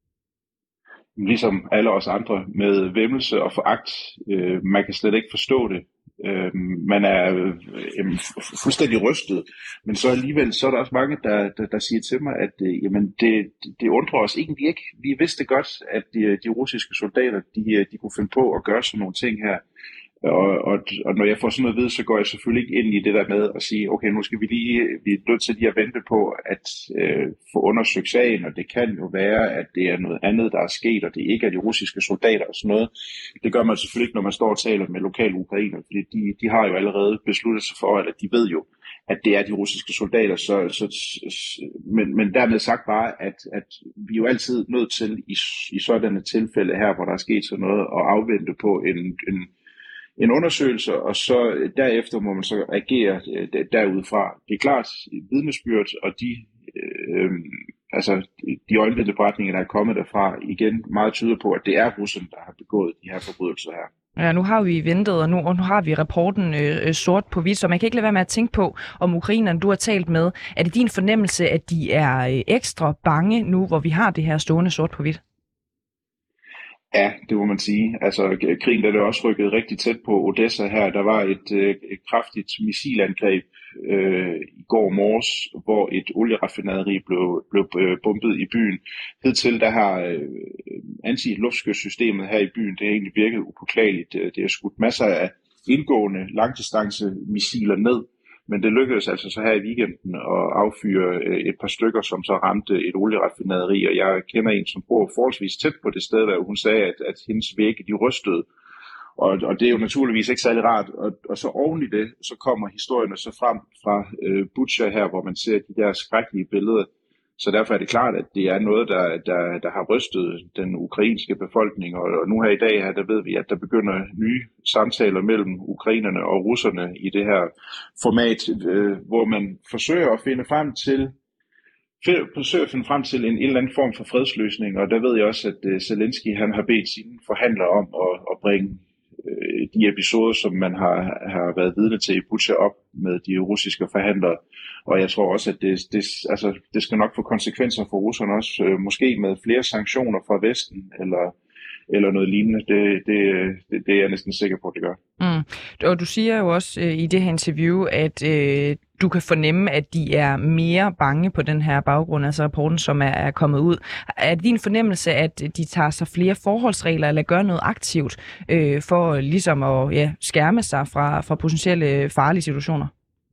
Ligesom alle os andre med væmmelse og foragt. Man kan slet ikke forstå det. Øh, man er øh, fuldstændig rystet, men så alligevel så er der også mange, der, der, der siger til mig, at øh, jamen det, det undrer os egentlig ikke. Vi vidste godt, at de, de russiske soldater, de, de kunne finde på at gøre sådan nogle ting her. Og, og, og når jeg får sådan noget ved, så går jeg selvfølgelig ikke ind i det der med at sige, okay, nu skal vi lige, vi er nødt til lige at vente på at øh, få undersøgt sagen, og det kan jo være, at det er noget andet, der er sket, og det ikke er de russiske soldater og sådan noget. Det gør man selvfølgelig ikke, når man står og taler med lokale ukrainer, fordi de, de har jo allerede besluttet sig for, at de ved jo, at det er de russiske soldater, så, så, men, men dermed sagt bare, at, at vi er jo altid nødt til i, i sådanne tilfælde her, hvor der er sket sådan noget, at afvente på en, en en undersøgelse, og så derefter må man så agere derudfra. Det er klart, vidnesbyrd og de, øh, altså, de øjenvidende beretninger, der er kommet derfra, igen meget tyder på, at det er russerne, der har begået de her forbrydelser her. Ja, nu har vi ventet, og nu, og nu har vi rapporten øh, sort på hvidt, så man kan ikke lade være med at tænke på, om ukrainerne, du har talt med, er det din fornemmelse, at de er øh, ekstra bange nu, hvor vi har det her stående sort på hvidt? Ja, det må man sige. Altså, krigen der er også rykket rigtig tæt på Odessa her. Der var et, et kraftigt missilangreb øh, i går morges, hvor et olieraffinaderi blev, blev bombet i byen. Hidtil der har øh, anti-luftskytssystemet her i byen, det har egentlig virket upåklageligt. Det har skudt masser af indgående langdistancemissiler ned. Men det lykkedes altså så her i weekenden at affyre et par stykker, som så ramte et olieraffinaderi, og jeg kender en, som bor forholdsvis tæt på det sted, hvor hun sagde, at, at hendes vægge, de rystede. Og, og det er jo naturligvis ikke særlig rart. Og, og så oven i det, så kommer historierne så frem fra øh, Bucha her, hvor man ser de der skrækkelige billeder. Så derfor er det klart, at det er noget, der, der, der har rystet den ukrainske befolkning. Og, og nu her i dag, her, der ved vi, at der begynder nye samtaler mellem ukrainerne og russerne i det her format, øh, hvor man forsøger at finde frem til forsøger at finde frem til en, en eller anden form for fredsløsning. Og der ved jeg også, at uh, Zelensky han har bedt sine forhandlere om at, at bringe øh, de episoder, som man har, har været vidne til i Bucha op med de russiske forhandlere. Og jeg tror også, at det, det, altså, det skal nok få konsekvenser for russerne også, øh, måske med flere sanktioner fra Vesten, eller, eller noget lignende. Det, det, det, det er jeg næsten sikker på, at det gør. Mm. Og du siger jo også øh, i det her interview, at øh, du kan fornemme, at de er mere bange på den her baggrund, altså rapporten, som er, er kommet ud. Er din fornemmelse, at de tager sig flere forholdsregler, eller gør noget aktivt øh, for ligesom at ja, skærme sig fra, fra potentielle farlige situationer?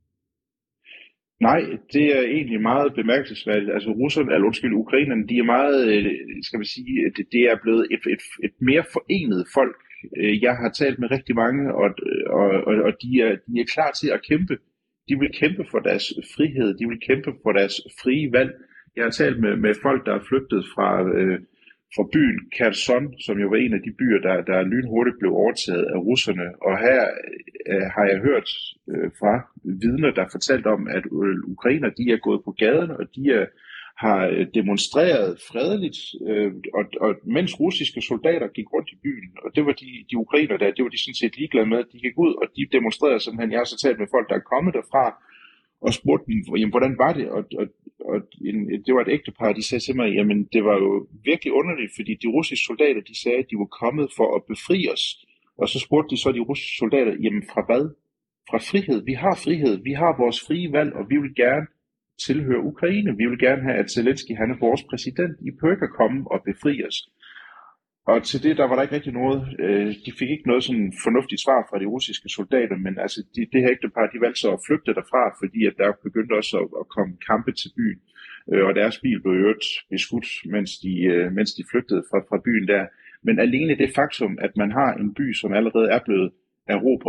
Nej, det er egentlig meget bemærkelsesværdigt. Altså russerne, eller undskyld, ukrainerne, de er meget, skal vi sige, det, det er blevet et, et, et mere forenet folk. Jeg har talt med rigtig mange, og, og, og de, er, de er klar til at kæmpe. De vil kæmpe for deres frihed, de vil kæmpe for deres frie valg. Jeg har talt med, med folk, der er flygtet fra, øh, fra byen Kherson, som jo var en af de byer, der, der lynhurtigt blev overtaget af russerne. Og her øh, har jeg hørt øh, fra vidner, der fortalt om, at øh, ukrainer de er gået på gaden, og de er, har demonstreret fredeligt, øh, og, og mens russiske soldater gik rundt i byen, og det var de, de ukrainer der, det var de sådan set ligeglade med, de gik ud, og de demonstrerede simpelthen. Jeg har så talt med folk, der er kommet derfra, og spurgte dem, jamen, hvordan var det? Og, og, og en, det var et ægtepar, de sagde til mig, jamen det var jo virkelig underligt, fordi de russiske soldater, de sagde, at de var kommet for at befri os. Og så spurgte de så de russiske soldater, jamen fra hvad? Fra frihed. Vi har frihed, vi har vores frie valg, og vi vil gerne tilhøre Ukraine. Vi vil gerne have, at Zelensky, han er vores præsident. I bør ikke komme og befri os. Og til det, der var der ikke rigtig noget. De fik ikke noget sådan fornuftigt svar fra de russiske soldater, men altså de, det her ægtepar, de valgte så at flygte derfra, fordi at der begyndte også at, at komme kampe til byen. Og deres bil blev øvrigt beskudt, mens de, mens de flygtede fra, fra byen der. Men alene det faktum, at man har en by, som allerede er blevet erobret,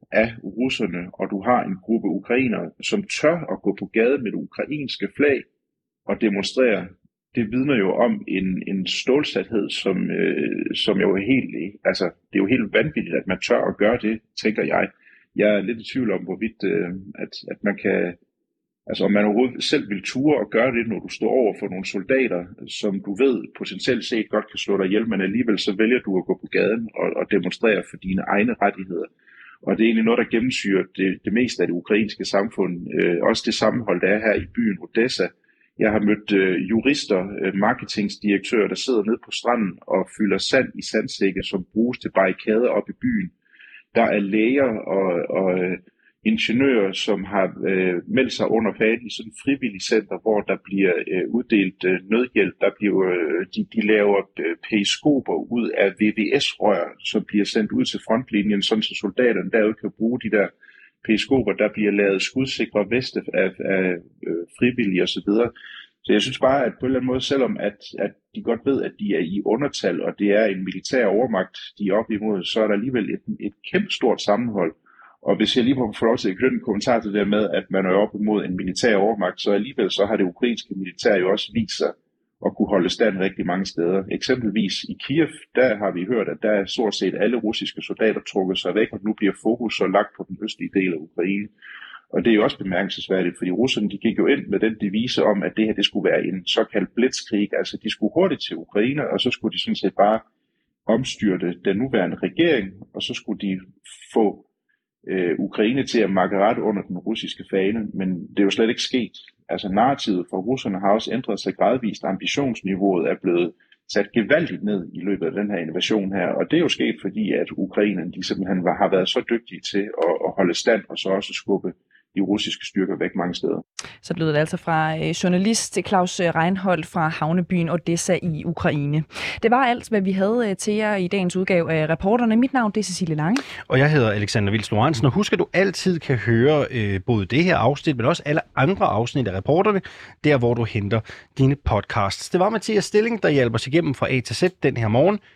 af russerne, og du har en gruppe ukrainere, som tør at gå på gaden med det ukrainske flag og demonstrere, det vidner jo om en, en stålsathed, som, øh, som jo er helt, altså det er jo helt vanvittigt, at man tør at gøre det, tænker jeg. Jeg er lidt i tvivl om, hvorvidt øh, at, at man kan, altså om man overhovedet selv vil ture og gøre det, når du står over for nogle soldater, som du ved potentielt set godt kan slå dig ihjel, men alligevel så vælger du at gå på gaden og, og demonstrere for dine egne rettigheder. Og det er egentlig noget, der gennemsyrer det, det meste af det ukrainske samfund. Øh, også det sammenhold, der er her i byen Odessa. Jeg har mødt øh, jurister, øh, marketingsdirektører, der sidder nede på stranden og fylder sand i sandsække, som bruges til barrikader op i byen. Der er læger og, og øh, ingeniører, som har øh, meldt sig under fat i sådan et frivilligt center, hvor der bliver øh, uddelt øh, nødhjælp. Der bliver, øh, de, de laver øh, periskoper ud af V V S-rør, som bliver sendt ud til frontlinjen, sådan så soldaterne derude kan bruge de der periskoper. Der bliver lavet skudsikre veste af, af øh, frivillige osv. Så jeg synes bare, at på en eller anden måde, selvom at, at de godt ved, at de er i undertal, og det er en militær overmagt, de er op imod, så er der alligevel et, et kæmpe stort sammenhold. Og hvis jeg lige må få lov til at knytte en kommentar til det der med, at man er op imod en militær overmagt, så alligevel så har det ukrainske militær jo også vist sig at kunne holde stand rigtig mange steder. Eksempelvis i Kiev, der har vi hørt, at der er stort set alle russiske soldater trukket sig væk, og nu bliver fokus så lagt på den østlige del af Ukraine. Og det er jo også bemærkelsesværdigt, fordi russerne de gik jo ind med den devise om, at det her det skulle være en såkaldt blitzkrig, altså de skulle hurtigt til Ukraine, og så skulle de sådan set bare omstyrte den nuværende regering, og så skulle de få øh, Ukraine til at makke ret under den russiske fane, men det er jo slet ikke sket. Altså narrativet for russerne har også ændret sig gradvist, ambitionsniveauet er blevet sat gevaldigt ned i løbet af den her invasion her, og det er jo sket fordi, at Ukraine de simpelthen var, har været så dygtige til at, at holde stand, og så også skubbe de russiske styrker væk mange steder. Så lød det altså fra journalist Claus Reinholdt fra havnebyen Odessa i Ukraine. Det var alt, hvad vi havde til jer i dagens udgave af Reporterne. Mit navn det er Cecilie Lange. Og jeg hedder Alexander Vils Lorentzen, og husk, at du altid kan høre øh, både det her afsnit, men også alle andre afsnit af Reporterne, der hvor du henter dine podcasts. Det var Mathias Stilling, der hjalp os igennem fra A til Z den her morgen.